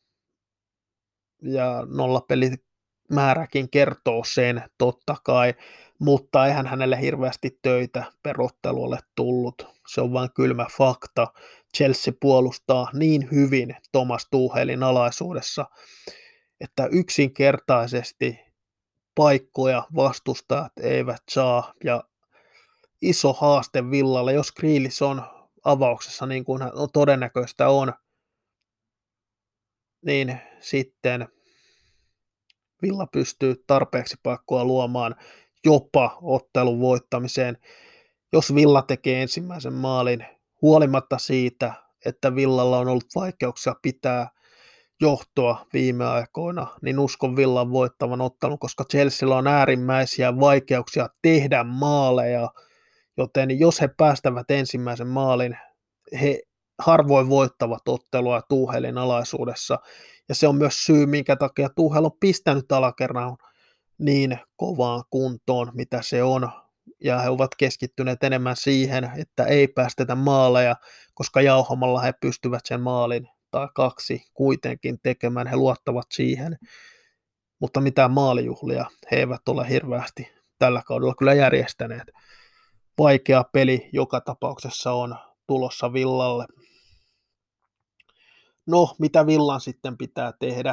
ja nollapelimääräkin kertoo sen, totta kai, mutta eihän hänelle hirveästi töitä perottelu ole tullut. Se on vain kylmä fakta. Chelsea puolustaa niin hyvin Thomas Tuchelin alaisuudessa, että yksinkertaisesti paikkoja vastustajat eivät saa, ja iso haaste Villalle, jos Grealish on avauksessa niin kuin todennäköistä on, niin sitten Villa pystyy tarpeeksi paikkoa luomaan jopa ottelun voittamiseen. Jos Villa tekee ensimmäisen maalin, huolimatta siitä, että Villalla on ollut vaikeuksia pitää johtoa viime aikoina, niin uskon Villan voittavan ottelun, koska Chelsealla on äärimmäisiä vaikeuksia tehdä maaleja, joten jos he päästävät ensimmäisen maalin, he harvoin voittavat ottelua Tuchelin alaisuudessa, ja se on myös syy, minkä takia Tuchel on pistänyt alakerran niin kovaan kuntoon, mitä se on, ja he ovat keskittyneet enemmän siihen, että ei päästetä maaleja, koska jauhamalla he pystyvät sen maalin tai kaksi kuitenkin tekemään, he luottavat siihen, mutta mitään maalijuhlia he eivät ole hirveästi tällä kaudella kyllä järjestäneet. Vaikea peli joka tapauksessa on tulossa Villalle. No, mitä Villan sitten pitää tehdä?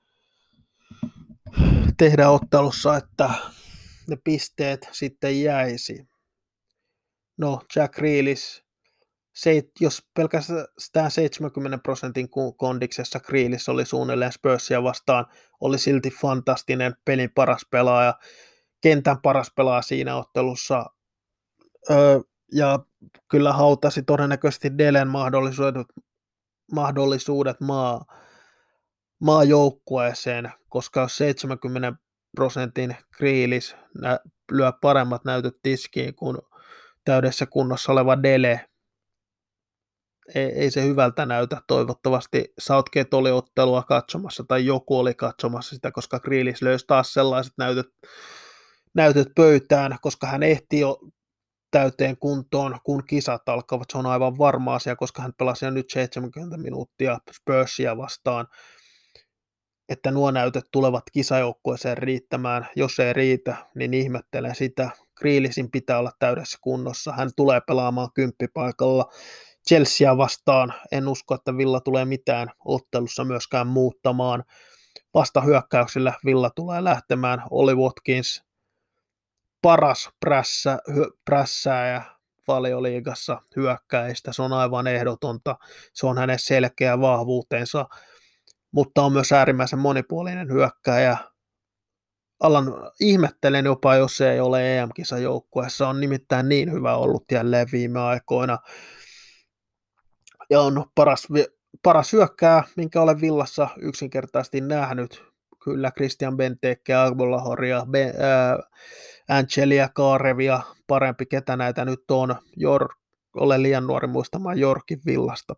Tehdä ottelussa, että ne pisteet sitten jäisi. No, Jack Grealish, se, jos pelkästään seitsemänkymmentä prosentin kondiksessa Grealish oli suunnilleen Spursia vastaan, oli silti fantastinen pelin paras pelaaja, kentän paras pelaaja siinä ottelussa, öö, ja kyllä hautasi todennäköisesti Delen mahdollisuudet, mahdollisuudet maa, maajoukkueeseen, koska jos seitsemänkymmentä prosentin Grealish nä, lyö paremmat näytöt tiskiin kuin täydessä kunnossa oleva Dele, ei, ei se hyvältä näytä. Toivottavasti Southgate oli ottelua katsomassa tai joku oli katsomassa sitä, koska Grealish löysi taas sellaiset näytöt, näytöt pöytään, koska hän ehti jo täyteen kuntoon, kun kisat alkavat. Se on aivan varma asia, koska hän pelasi jo nyt seitsemänkymmentä minuuttia Spursia vastaan, että nuo näytöt tulevat kisajoukkueeseen riittämään. Jos ei riitä, niin ihmettelen sitä. Grealishin pitää olla täydessä kunnossa. Hän tulee pelaamaan kymppipaikalla, Chelsea vastaan. En usko, että Villa tulee mitään ottelussa myöskään muuttamaan. Vasta hyökkäyksillä Villa tulee lähtemään. Oli Watkins paras prässä, hy, prässääjä Valioliigassa hyökkäistä. Se on aivan ehdotonta. Se on hänen selkeä vahvuutensa, mutta on myös äärimmäisen monipuolinen hyökkääjä. Alan ihmettelen jopa, jos se ei ole E M-kisajoukkueessa. On nimittäin niin hyvä ollut jälleen viime aikoina. Ja on paras, paras hyökkää, minkä olen Villassa yksinkertaisesti nähnyt. Kyllä Christian Benteke, Agbolahoria, Be, äh, Angelia, Kaarevia, parempi ketä näitä nyt on. Jor, olen liian nuori muistamaan Jorkin Villasta.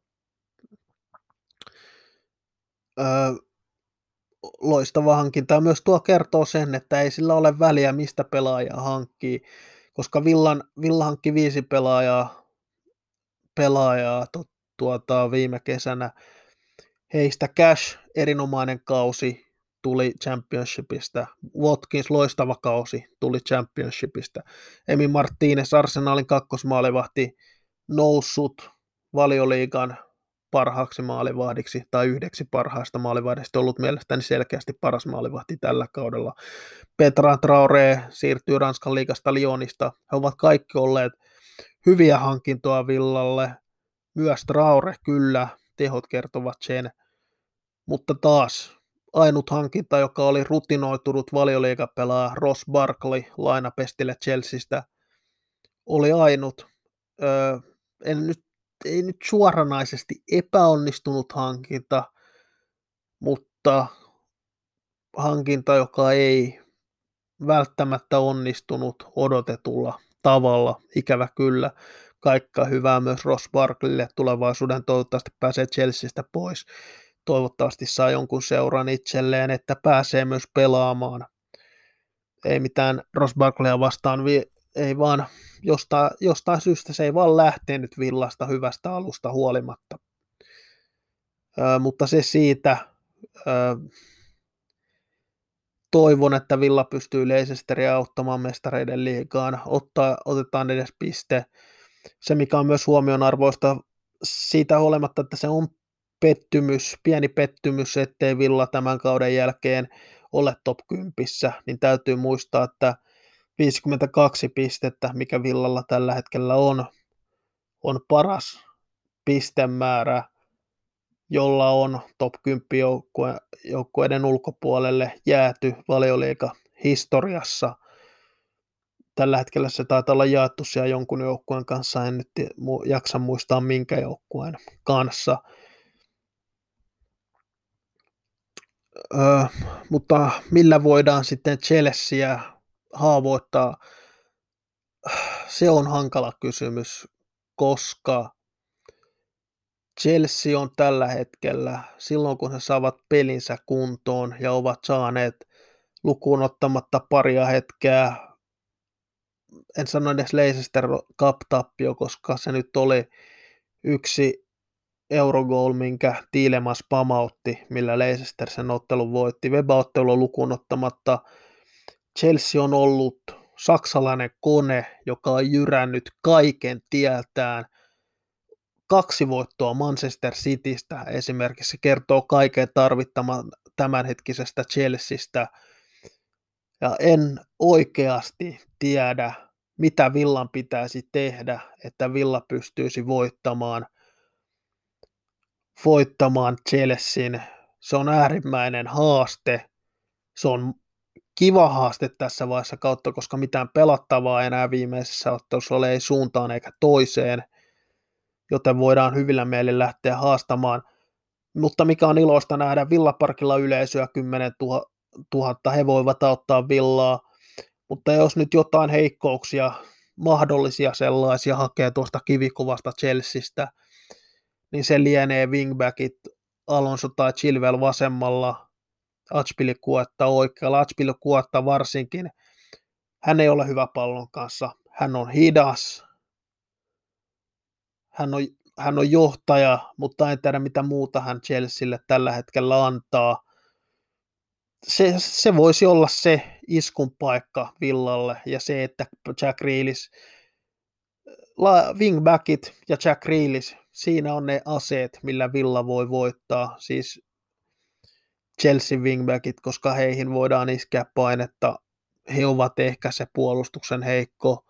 Öö, loistava hankinta. Myös tuo kertoo sen, että ei sillä ole väliä, mistä pelaajaa hankkii, koska Villan, Villa hankki viisi pelaajaa, pelaajaa tu, tuota, viime kesänä. Heistä Cash, erinomainen kausi, tuli Championshipista. Watkins, loistava kausi, tuli Championshipista. Emi Martínez, Arsenalin kakkosmaalivahti, noussut Valioliigan parhaaksi maalivahdiksi tai yhdeksi parhaista maalivahdista, ollut mielestäni selkeästi paras maalivahti tällä kaudella. Bertrand Traoré siirtyy Ranskan liigasta Lyonista. He ovat kaikki olleet hyviä hankintoja Villalle. Myös Traoré kyllä, tehot kertovat sen. Mutta taas ainut hankinta, joka oli rutinoitunut Valioliigapelaaja Ross Barkley lainapestille Chelseastä, oli ainut. Öö, en nyt, ei nyt suoranaisesti epäonnistunut hankinta, mutta hankinta, joka ei välttämättä onnistunut odotetulla tavalla, ikävä kyllä. Kaikkea hyvää myös Ross Barkleylle tulevaisuuden, toivottavasti pääsee Chelseastä pois. Toivottavasti saa jonkun seuran itselleen, että pääsee myös pelaamaan. Ei mitään Ross Barkleya vastaan, ei vaan jostain, jostain syystä se ei vaan lähtenyt Villasta hyvästä alusta huolimatta. Ö, mutta se siitä, ö, toivon, että Villa pystyy Leicesteria auttamaan mestareiden liigaan, Ottaa, otetaan edes piste. Se, mikä on myös huomionarvoista, siitä huolimatta, että se on pettymys, pieni pettymys, ettei Villa tämän kauden jälkeen ole top kymmenen, niin täytyy muistaa, että viisikymmentäkaksi pistettä, mikä Villalla tällä hetkellä on, on paras pistemäärä, jolla on top kymmenen joukkue, joukkueiden ulkopuolelle jääty Valioliiga historiassa. Tällä hetkellä se taitaa olla jaettu siellä jonkun joukkueen kanssa, en nyt jaksa muistaa minkä joukkueen kanssa. Öö, mutta millä voidaan sitten Chelsea haavoittaa, se on hankala kysymys, koska Chelsea on tällä hetkellä, silloin kun he saavat pelinsä kuntoon ja ovat saaneet lukuun ottamatta paria hetkeä, en sano edes Leicester Cup-tappio, koska se nyt oli yksi Eurogoal, minkä Tielemans pamautti, millä Leicester sen ottelun voitti. Weba-ottelun lukuun ottamatta Chelsea on ollut saksalainen kone, joka on jyrännyt kaiken tieltään. Kaksi voittoa Manchester Citystä esimerkiksi kertoo kaiken tarvittaman tämänhetkisestä Chelseastä. Ja en oikeasti tiedä, mitä Villan pitäisi tehdä, että Villa pystyisi voittamaan voittamaan Chelsean. Se on äärimmäinen haaste. Se on kiva haaste tässä vaiheessa kautta, koska mitään pelattavaa enää viimeisessä ottelussa ole ei suuntaan eikä toiseen, joten voidaan hyvillä mielin lähteä haastamaan. Mutta mikä on iloista nähdä, Villaparkilla yleisöä kymmenen tuhatta, he voivat auttaa Villaa, mutta jos nyt jotain heikkouksia, mahdollisia sellaisia hakee tuosta kivikuvasta Chelseastä, niin se lienee wingbackit Alonso tai Chilwell vasemmalla, Azpilicueta oikealla, Azpilicueta varsinkin. Hän ei ole hyvä pallon kanssa, hän on hidas, hän on, hän on johtaja, mutta en tiedä mitä muuta hän Chelsealle tällä hetkellä antaa. Se, se voisi olla se iskun paikka Villalle ja se, että Jack Grealish, wingbackit ja Jack Grealish, siinä on ne aseet, millä Villa voi voittaa, siis Chelsea wingbackit, koska heihin voidaan iskeä painetta. He ovat ehkä se puolustuksen heikko,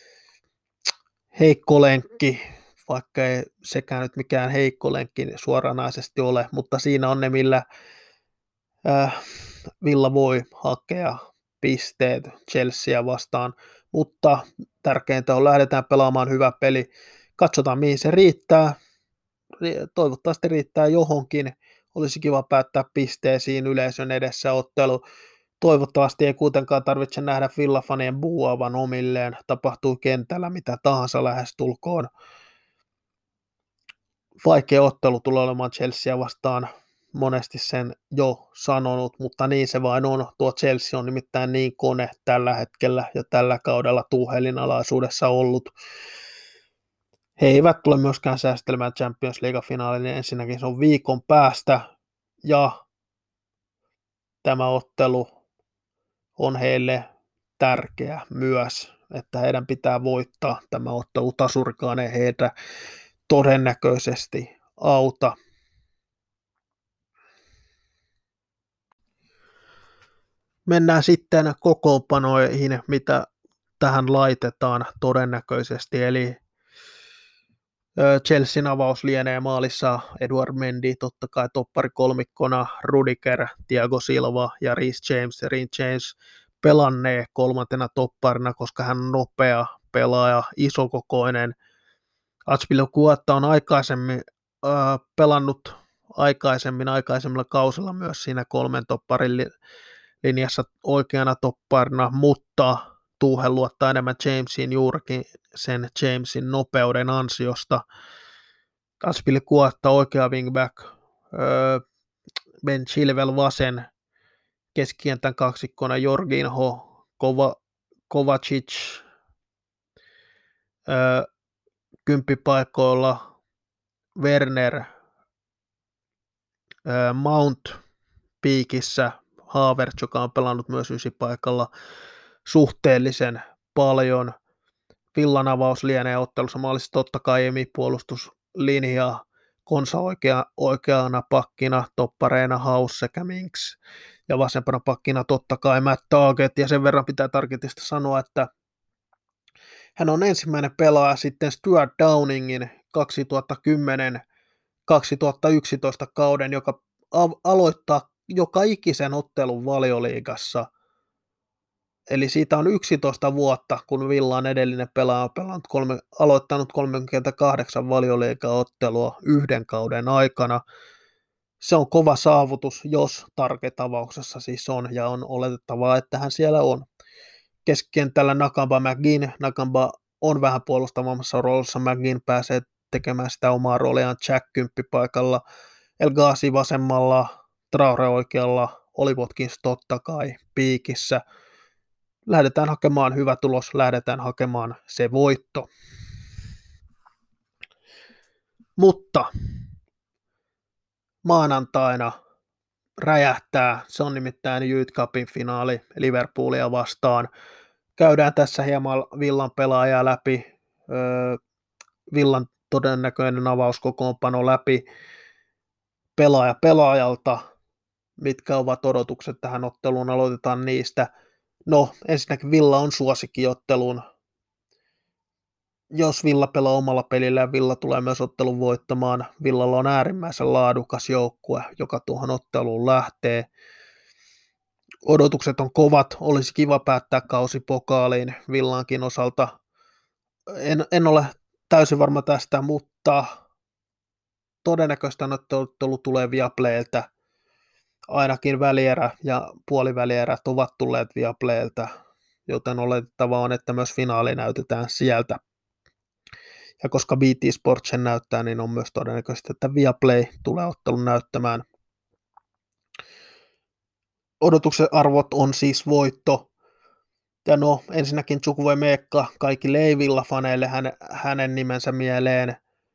heikko lenkki, vaikka ei sekään nyt mikään heikko lenkki suoranaisesti ole, mutta siinä on ne, millä äh, Villa voi hakea pisteet Chelsea vastaan, mutta tärkeintä on, lähdetään pelaamaan hyvä peli, katsotaan mihin se riittää, toivottavasti riittää johonkin, olisi kiva päättää pisteisiin yleisön edessä ottelu, toivottavasti ei kuitenkaan tarvitse nähdä Villa-fanien buuavan omilleen, tapahtuu kentällä mitä tahansa lähestulkoon, vaikea ottelu tulee olemaan Chelsea vastaan, monesti sen jo sanonut, mutta niin se vain on. Tuo Chelsea on nimittäin niin kone tällä hetkellä ja tällä kaudella Tuchelin alaisuudessa ollut. He eivät tule myöskään säästelemään Champions League-finaalin, niin ensinnäkin se on viikon päästä, ja tämä ottelu on heille tärkeä myös, että heidän pitää voittaa tämä ottelu. Tasurikaan ei heitä todennäköisesti auta. Mennään sitten kokoonpanoihin, mitä tähän laitetaan todennäköisesti, eli Chelsean avaus lienee maalissa Edouard Mendy, totta kai toppari kolmikkona, Rudiger, Thiago Silva ja Reece James. Reece James pelannee kolmantena topparina, koska hän on nopea pelaaja, isokokoinen. Azpilicueta on aikaisemmin äh, pelannut aikaisemmin aikaisemmilla kausilla myös siinä kolmen topparin li- linjassa oikeana topparina, mutta Tuchel luottaa enemmän Jamesiin juurikin sen Jamesin nopeuden ansiosta. Azpilicueta oikea wingback, öö, Ben Chilwell vasen, keskikentän kaksikkona Jorginho, Kova, Kovacic, öö, kymppipaikoilla Werner, öö, Mount piikissä, Havertz, joka on pelannut myös ysipaikalla suhteellisen paljon. Villan avaus lienee ottelussa maalissa totta kai Emi puolustuslinja, Konsa oikea, oikeana pakkina, toppareina Haus sekä Minks ja vasempana pakkina totta kai Matt Target, ja sen verran pitää Targetista sanoa, että hän on ensimmäinen pelaaja sitten Stuart Downingin kaksituhattakymmenen kaksituhattayksitoista kauden, joka aloittaa joka ikisen ottelun Valioliigassa. Eli siitä on yksitoista vuotta, kun Villan edellinen pelaaja on pelannut kolme, aloittanut kolmekymmentäkahdeksan Valioliiga-ottelua yhden kauden aikana. Se on kova saavutus, jos Target-avauksessa siis on, ja on oletettavaa, että hän siellä on. Keskikentällä Nakamba McGinn. Nakamba on vähän puolustavammassa roolissa. McGinn pääsee tekemään sitä omaa rooliaan Jack kymppipaikalla. El Ghazi vasemmalla, Traore oikealla, Oli Watkins totta kai piikissä. Lähdetään hakemaan hyvä tulos, lähdetään hakemaan se voitto. Mutta maanantaina räjähtää, se on nimittäin Youth Cupin finaali Liverpoolia vastaan. Käydään tässä hieman Villan pelaajaa läpi, öö, Villan todennäköinen avauskokoonpano läpi pelaaja pelaajalta, mitkä ovat odotukset tähän otteluun, aloitetaan niistä. No, ensinnäkin Villa on suosikkiottelun. Jos Villa pelaa omalla pelillä ja Villa tulee myös ottelun voittamaan, Villalla on äärimmäisen laadukas joukkue, joka tuohon otteluun lähtee. Odotukset on kovat, olisi kiva päättää kausi pokaaliin Villankin osalta. En, en ole täysin varma tästä, mutta todennäköistä ottelu tulee Viaplayltä. Ainakin välierä ja puolivälierät ovat tulleet Viaplayltä, joten oletettavaa on, että myös finaali näytetään sieltä. Ja koska B T Sports sen näyttää, niin on myös todennäköistä, että Viaplay tulee ottelun näyttämään. Odotuksen arvot on siis voitto. Ja no, ensinnäkin Chukwuemeka, kaikille ei Villa-faneille hänen, hänen nimensä mieleen.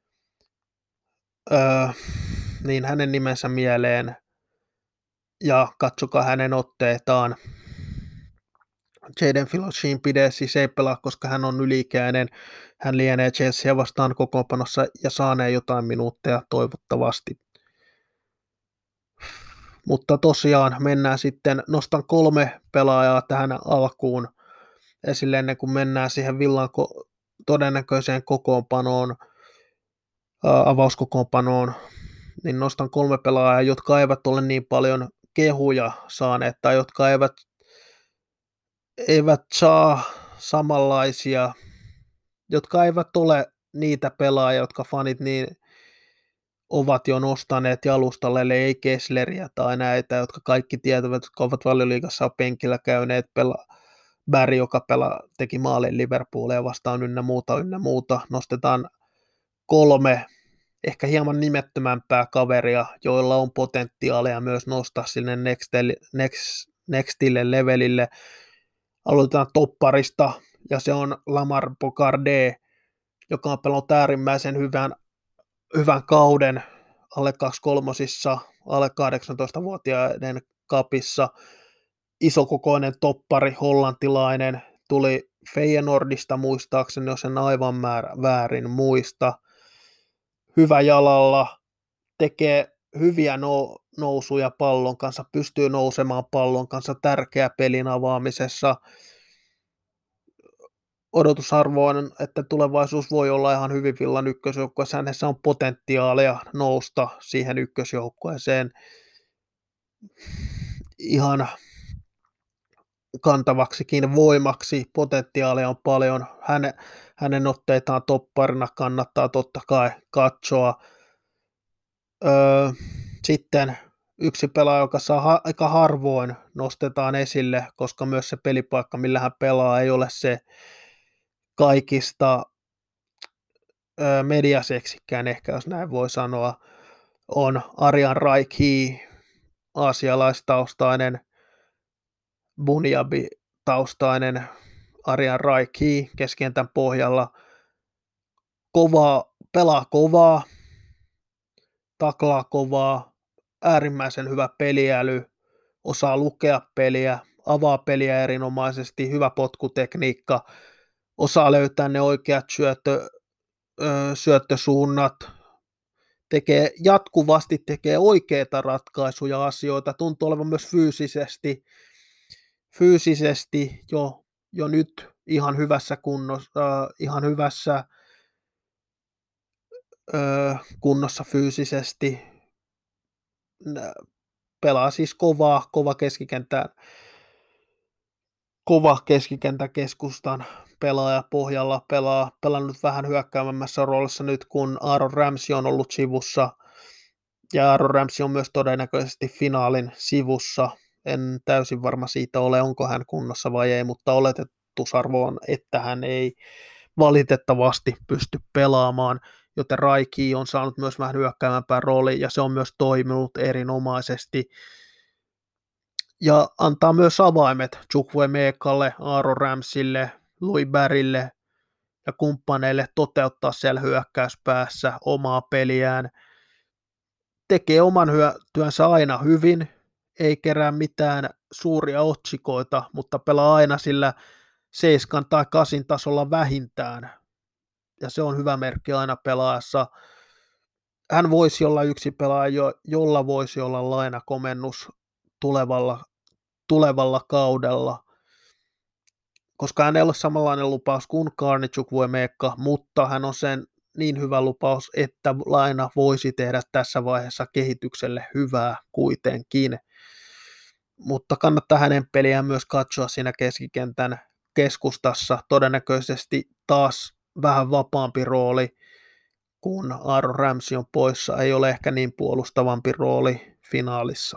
Öö, niin hänen nimensä mieleen. Ja katsokaa hänen otteitaan. Jaden Philoshin-pide siis ei pelaa, koska hän on yliikäinen. Hän lienee Chelsea vastaan kokoonpanossa ja saanee jotain minuutteja toivottavasti. Mutta tosiaan mennään sitten, nostan kolme pelaajaa tähän alkuun esille ennen kuin mennään siihen Villan ko- todennäköiseen kokoonpanoon, ää, avauskokoonpanoon, niin nostan kolme pelaajaa, jotka eivät ole niin paljon kehuja saaneet tai jotka eivät, eivät saa samanlaisia, jotka eivät ole niitä pelaajia, jotka fanit niin ovat jo nostaneet jalustalle, eli ei Kessleriä tai näitä, jotka kaikki tietävät, jotka ovat Valioliigassa penkillä käyneet, pela- Barry, joka pela, teki maalin Liverpoolia vastaan ynnä muuta, ynnä muuta. Nostetaan kolme ehkä hieman nimettömämpää kaveria, joilla on potentiaalia myös nostaa sinne nextille, next, nextille levelille. Aloitetaan topparista, ja se on Lamar Bogarde, joka on pelannut äärimmäisen hyvän, hyvän kauden alle kaksikymmentäkolmosissa, alle kahdeksantoistavuotiaiden kapissa. Isokokoinen toppari, hollantilainen, tuli Feyenoordista muistaakseni, jos en aivan määrä, väärin muista. Hyvä jalalla, tekee hyviä no, nousuja pallon kanssa, pystyy nousemaan pallon kanssa, tärkeä pelin avaamisessa. Odotusarvo on, että tulevaisuus voi olla ihan hyvin Villan ykkösjoukkueessa. Hänessä on potentiaalia nousta siihen ykkösjoukkueeseen ihan kantavaksikin voimaksi. Potentiaalia on paljon. Häne, hänen otteitaan topparina kannattaa totta kai katsoa. Öö, sitten yksi pelaaja, joka saa ha- aika harvoin nostetaan esille, koska myös se pelipaikka, millä hän pelaa, ei ole se kaikista öö, mediaseksikkään, ehkä jos näin voi sanoa, on Arjan Raikhi, aasialaistaustainen, Bunyabi-taustainen Arjan Raikhi keskentän pohjalla. Kovaa, pelaa kovaa, taklaa kovaa, äärimmäisen hyvä peliäly, osaa lukea peliä, avaa peliä erinomaisesti, hyvä potkutekniikka, osaa löytää ne oikeat syöttö, ö, syöttösuunnat, tekee jatkuvasti tekee oikeita ratkaisuja asioita, tuntuu olevan myös fyysisesti, fyysisesti jo, jo nyt ihan hyvässä kunnossa, äh, ihan hyvässä äh, kunnossa fyysisesti, pelaa siis kovaa, kova keskikentän, kova keskikentän keskustan pelaaja pohjalla, pelaa, pelannut vähän hyökkäämämmässä roolissa nyt, kun Aaron Ramsey on ollut sivussa, ja Aaron Ramsey on myös todennäköisesti finaalin sivussa. En täysin varma siitä ole, onko hän kunnossa vai ei, mutta oletetusarvo on, että hän ei valitettavasti pysty pelaamaan, joten Raiki on saanut myös vähän hyökkäämämpää rooli, ja se on myös toiminut erinomaisesti. Ja antaa myös avaimet Chukwuemekalle, Aaron Ramsille, Louis Barrylle ja kumppaneille toteuttaa siellä hyökkäyspäässä omaa peliään. Tekee oman hyö- työnsä aina hyvin, ei kerää mitään suuria otsikoita, mutta pelaa aina sillä seiskan tai kasin tasolla vähintään. Ja se on hyvä merkki aina pelaajassa. Hän voisi olla yksi pelaaja, jolla voisi olla lainakomennus tulevalla, tulevalla kaudella, koska hän ei ole samanlainen lupaus kuin Carney Chukwuemeka, mutta hän on sen niin hyvä lupaus, että laina voisi tehdä tässä vaiheessa kehitykselle hyvää kuitenkin. Mutta kannattaa hänen peliään myös katsoa siinä keskikentän keskustassa. Todennäköisesti taas vähän vapaampi rooli, kun Aaron Ramsey on poissa. Ei ole ehkä niin puolustavampi rooli finaalissa.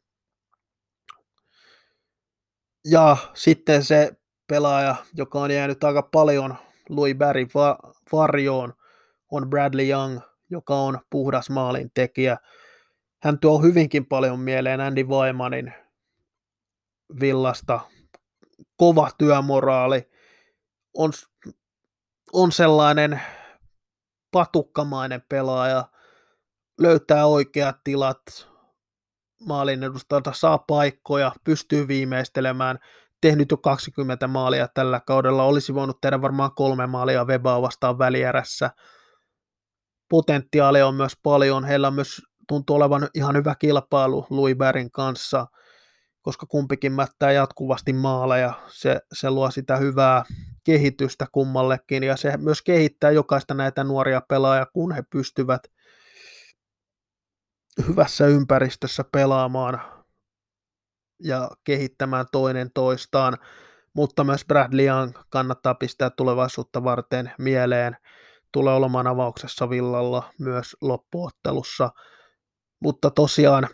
Ja sitten se pelaaja, joka on jäänyt aika paljon Louis Barryn va- varjoon, on Bradley Young, joka on puhdas maalintekijä. Hän tuo hyvinkin paljon mieleen Andy Wymanin Villasta. Kova työmoraali, on, on sellainen patukkamainen pelaaja, löytää oikeat tilat maalin edustajalta, saa paikkoja, pystyy viimeistelemään, tehnyt jo kaksikymmentä maalia tällä kaudella, olisi voinut tehdä varmaan kolme maalia Webaa vastaan välierässä. Potentiaalia on myös paljon, heillä on myös tuntuu olevan ihan hyvä kilpailu Louis Barryn kanssa, koska kumpikin mättää jatkuvasti maaleja, se, se luo sitä hyvää kehitystä kummallekin, ja se myös kehittää jokaista näitä nuoria pelaajia, kun he pystyvät hyvässä ympäristössä pelaamaan ja kehittämään toinen toistaan, mutta myös Bradley Young kannattaa pistää tulevaisuutta varten mieleen, tulee olemaan avauksessa Villalla myös loppuottelussa, mutta tosiaan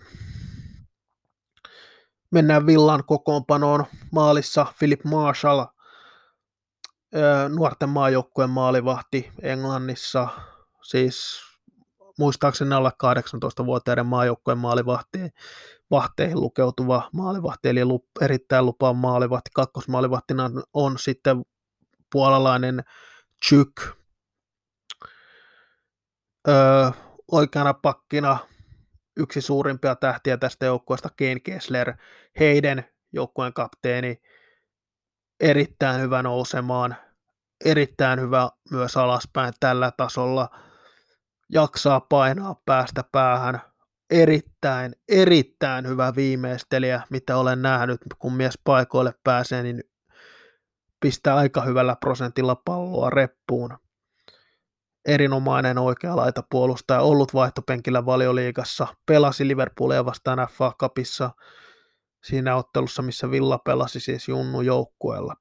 mennään Villan kokoonpanoon. Maalissa Philip Marshall, nuorten maajoukkueen maalivahti Englannissa, siis muistaakseni alle kahdeksantoistavuotiaiden maajoukkueen maalivahteihin vahteihin lukeutuva maalivahti, eli lup, erittäin lupaa maalivahti. Kakkosmaalivahtina on sitten puolalainen Chuk. Öö, oikeana pakkina yksi suurimpia tähtiä tästä joukkueesta Kane Kessler, heidän joukkueen kapteeni, erittäin hyvä nousemaan, erittäin hyvä myös alaspäin tällä tasolla, jaksaa painaa päästä päähän, erittäin, erittäin hyvä viimeistelijä, mitä olen nähnyt, kun mies paikoille pääsee, niin pistää aika hyvällä prosentilla palloa reppuun. Erinomainen oikea laitapuolustaja, ollut vaihtopenkillä Valioliigassa, pelasi Liverpoolia vastaan F A Cupissa siinä ottelussa, missä Villa pelasi siis Junnu joukkueella.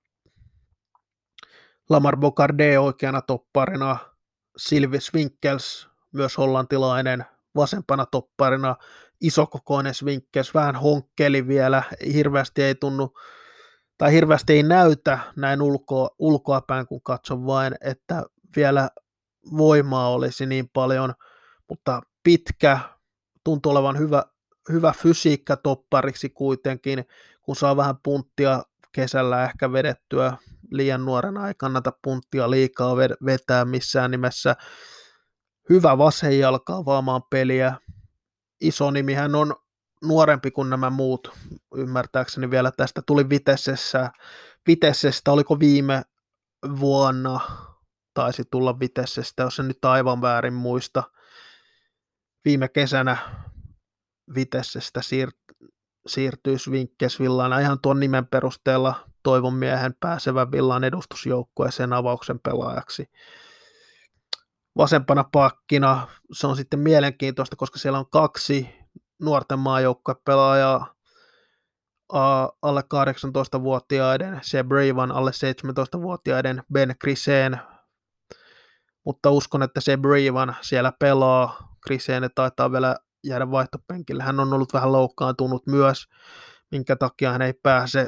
Lamar Bogarde oikeana topparina, Sylvie Swinkels, myös hollantilainen, vasempana topparina, isokokoinen Swinkels, vähän honkkeli vielä, hirveästi ei tunnu, tai hirveästi ei näytä näin ulkoa, ulkoapäin, kun katson vain, että vielä voimaa olisi niin paljon, mutta pitkä, tuntuu olevan hyvä, hyvä fysiikka toppariksi kuitenkin, kun saa vähän punttia kesällä ehkä vedettyä, liian nuorena ei kannata punttia liikaa vetää missään nimessä. Hyvä vasenjalka avaamaan peliä, iso nimi, hän on nuorempi kuin nämä muut, ymmärtääkseni vielä tästä tuli Vitessessä, Vitessestä, oliko viime vuonna, taisi tulla Vitessestä, jos en nyt aivan väärin muista. Viime kesänä Vitessestä siir- siirtyy Swinkels Villaan. Ihan tuon nimen perusteella toivon miehen pääsevän Villan edustusjoukkueeseen avauksen pelaajaksi. Vasempana pakkina se on sitten mielenkiintoista, koska siellä on kaksi nuorten maajoukkuepelaajaa, alle kahdeksantoistavuotiaiden Seb Ravan, alle seitsemäntoistavuotiaiden Ben Griseen, mutta uskon, että Seb Ravan siellä pelaa, Griseen taitaa vielä jäädä vaihtopenkille, hän on ollut vähän loukkaantunut myös, minkä takia hän ei pääse,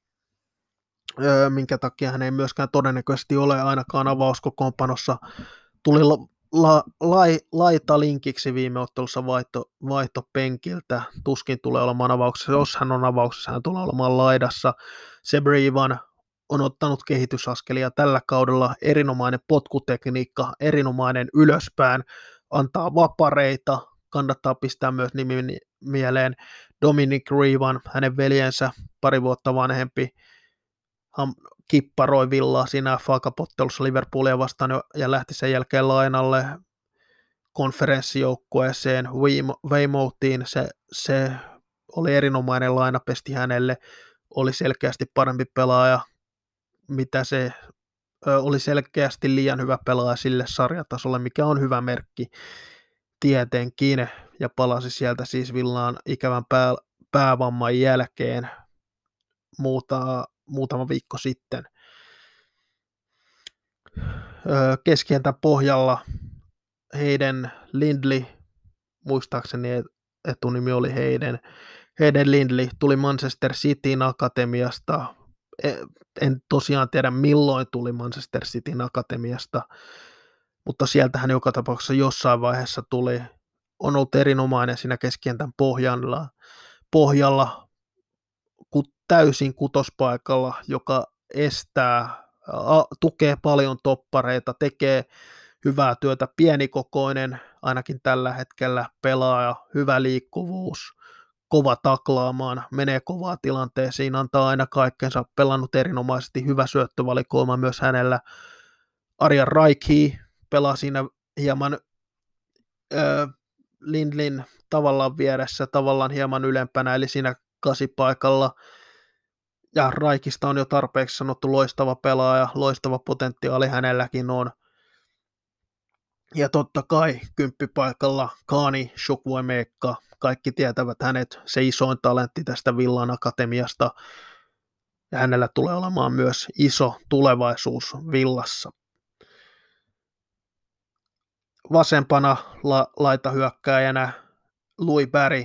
minkä takia hän ei myöskään todennäköisesti ole ainakaan avauskokoonpanossa, tuli la, la, lai, laita linkiksi viime ottelussa vaihto, vaihtopenkiltä, tuskin tulee olemaan avauksessa, jos hän on avauksessa, hän tulee olemaan laidassa. Seb Ravan on ottanut kehitysaskelia tällä kaudella, erinomainen potkutekniikka, erinomainen ylöspään, antaa vapareita, kannattaa pistää myös nimi mieleen Dominic Ravan, hänen veljensä pari vuotta vanhempi, kipparoi Villaa siinä F A Cup-ottelussa Liverpoolia vastaan ja lähti sen jälkeen lainalle konferenssijoukkueeseen Weymouthtiin. Se, se oli erinomainen laina, pesti hänelle, oli selkeästi parempi pelaaja, mitä se oli selkeästi liian hyvä pelaaja sille sarjatasolle, mikä on hyvä merkki tietenkin, ja palasi sieltä siis Villaan ikävän pää, päävamman jälkeen muuta muutama viikko sitten. Keskentän pohjalla Hayden Lindley, muistaakseni etunimi oli Hayden, Hayden Lindley tuli Manchester Cityn akatemiasta, en tosiaan tiedä milloin tuli Manchester Cityn akatemiasta, mutta sieltä hän joka tapauksessa jossain vaiheessa tuli, on ollut erinomainen siinä keskentän pohjalla, pohjalla täysin kutospaikalla, joka estää, tukee paljon toppareita, tekee hyvää työtä, pienikokoinen, ainakin tällä hetkellä pelaaja, hyvä liikkuvuus, kova taklaamaan, menee kovaa tilanteeseen, antaa aina kaikkensa, pelannut erinomaisesti, hyvä syöttövalikoima myös hänellä. Arjan Raikhi pelaa siinä hieman ö, Lindlin tavallaan vieressä, tavallaan hieman ylempänä, eli siinä kasipaikalla. Ja Raikista on jo tarpeeksi sanottu loistava pelaaja, loistava potentiaali hänelläkin on. Ja totta kai kymppipaikalla Kaani Chukwuemeka, kaikki tietävät hänet, se isoin talentti tästä Villan Akatemiasta. Ja hänellä tulee olemaan myös iso tulevaisuus Villassa. Vasempana la- laitahyökkääjänä Louis Barry,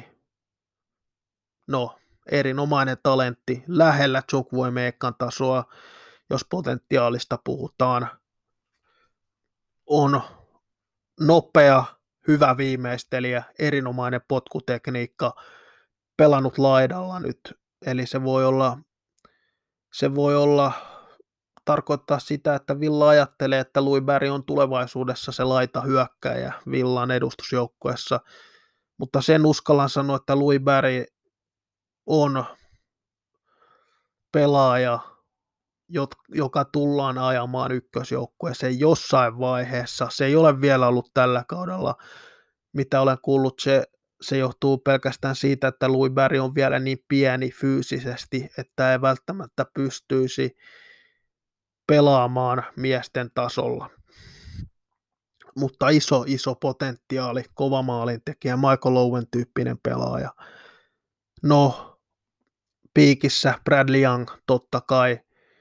no erinomainen talentti, lähellä Chukwuemekan tasoa, jos potentiaalista puhutaan. On nopea, hyvä viimeistelijä, erinomainen potkutekniikka, pelannut laidalla nyt, eli se voi olla, se voi olla tarkoittaa sitä, että Villa ajattelee, että Louis Barry on tulevaisuudessa se laitahyökkääjä Villan edustusjoukkueessa, mutta sen uskallan sanoa, että Louis Barry on pelaaja, joka tullaan ajamaan ykkösjoukkueeseen jossain vaiheessa. Se ei ole vielä ollut tällä kaudella, mitä olen kuullut. Se, se johtuu pelkästään siitä, että Louis Barry on vielä niin pieni fyysisesti, että ei välttämättä pystyisi pelaamaan miesten tasolla. Mutta iso, iso potentiaali, kova maalintekijä, Michael Owen tyyppinen pelaaja. No, piikissä Bradley Young totta kai.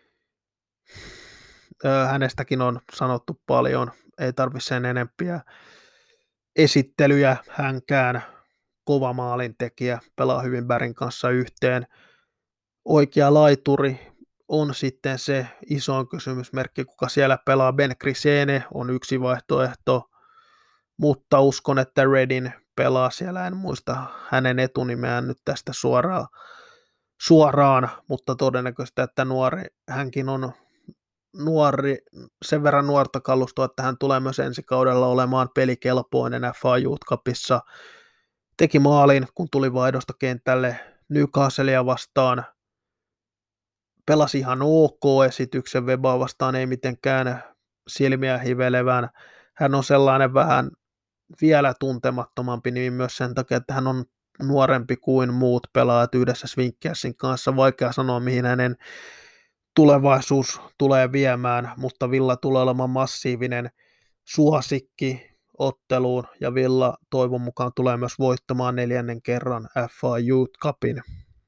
Hänestäkin on sanottu paljon, ei tarvitse sen enempiä esittelyjä, hänkään kova maalintekijä, pelaa hyvin Bärin kanssa yhteen. Oikea laituri on sitten se isoin kysymysmerkki, kuka siellä pelaa. Ben Crisene on yksi vaihtoehto, mutta uskon, että Redin pelaa siellä, en muista hänen etunimeään nyt tästä suoraan, suoraan mutta todennäköisesti, että nuori, hänkin on nuori, sen verran nuorta kalustoa, että hän tulee myös ensi kaudella olemaan pelikelpoinen F A Youth Cupissa. Teki maalin, kun tuli vaihdosta kentälle Newcastlea vastaan. Pelasi ihan ok esityksen, Webaa vastaan ei mitenkään silmiä hivelevän. Hän on sellainen vähän vielä tuntemattomampi nimi myös sen takia, että hän on nuorempi kuin muut pelaajat yhdessä Svinkersin kanssa. Vaikea sanoa, mihin hänen tulevaisuus tulee viemään, mutta Villa tulee olemaan massiivinen suosikki otteluun ja Villa toivon mukaan tulee myös voittamaan neljännen kerran F A Youth Cupin.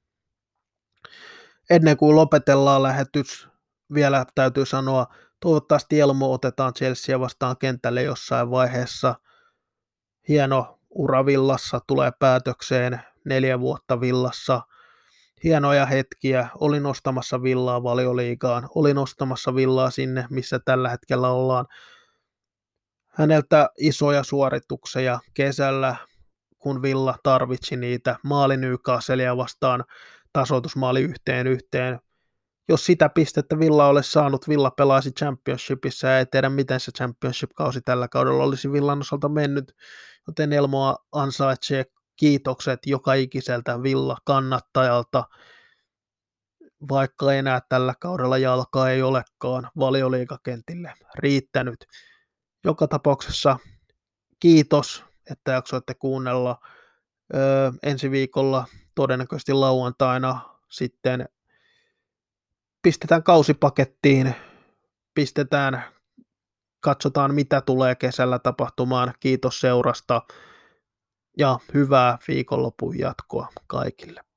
Ennen kuin lopetellaan lähetys, vielä täytyy sanoa, toivottavasti Elmo otetaan Chelsea vastaan kentälle jossain vaiheessa. Hieno ura Villassa tulee päätökseen, neljä vuotta Villassa. Hienoja hetkiä, oli nostamassa Villaa Valioliigaan, oli nostamassa Villaa sinne, missä tällä hetkellä ollaan. Häneltä isoja suorituksia kesällä, kun Villa tarvitsi niitä, maali Newcastlea vastaan, tasoitusmaali yhteen yhteen. Jos sitä pistettä Villa olisi saanut, Villa pelaisi Championshipissa ja ei tiedä miten se Championship-kausi tällä kaudella olisi Villan osalta mennyt, joten Elmoa ansaitsee kiitokset joka ikiseltä Villa-kannattajalta, vaikka enää tällä kaudella jalkaa ei olekaan Valioliigakentille riittänyt. Joka tapauksessa kiitos, että jaksoitte kuunnella. Öö, ensi viikolla todennäköisesti lauantaina sitten pistetään kausipakettiin, pistetään, katsotaan mitä tulee kesällä tapahtumaan. Kiitos seurasta ja hyvää viikonlopun jatkoa kaikille.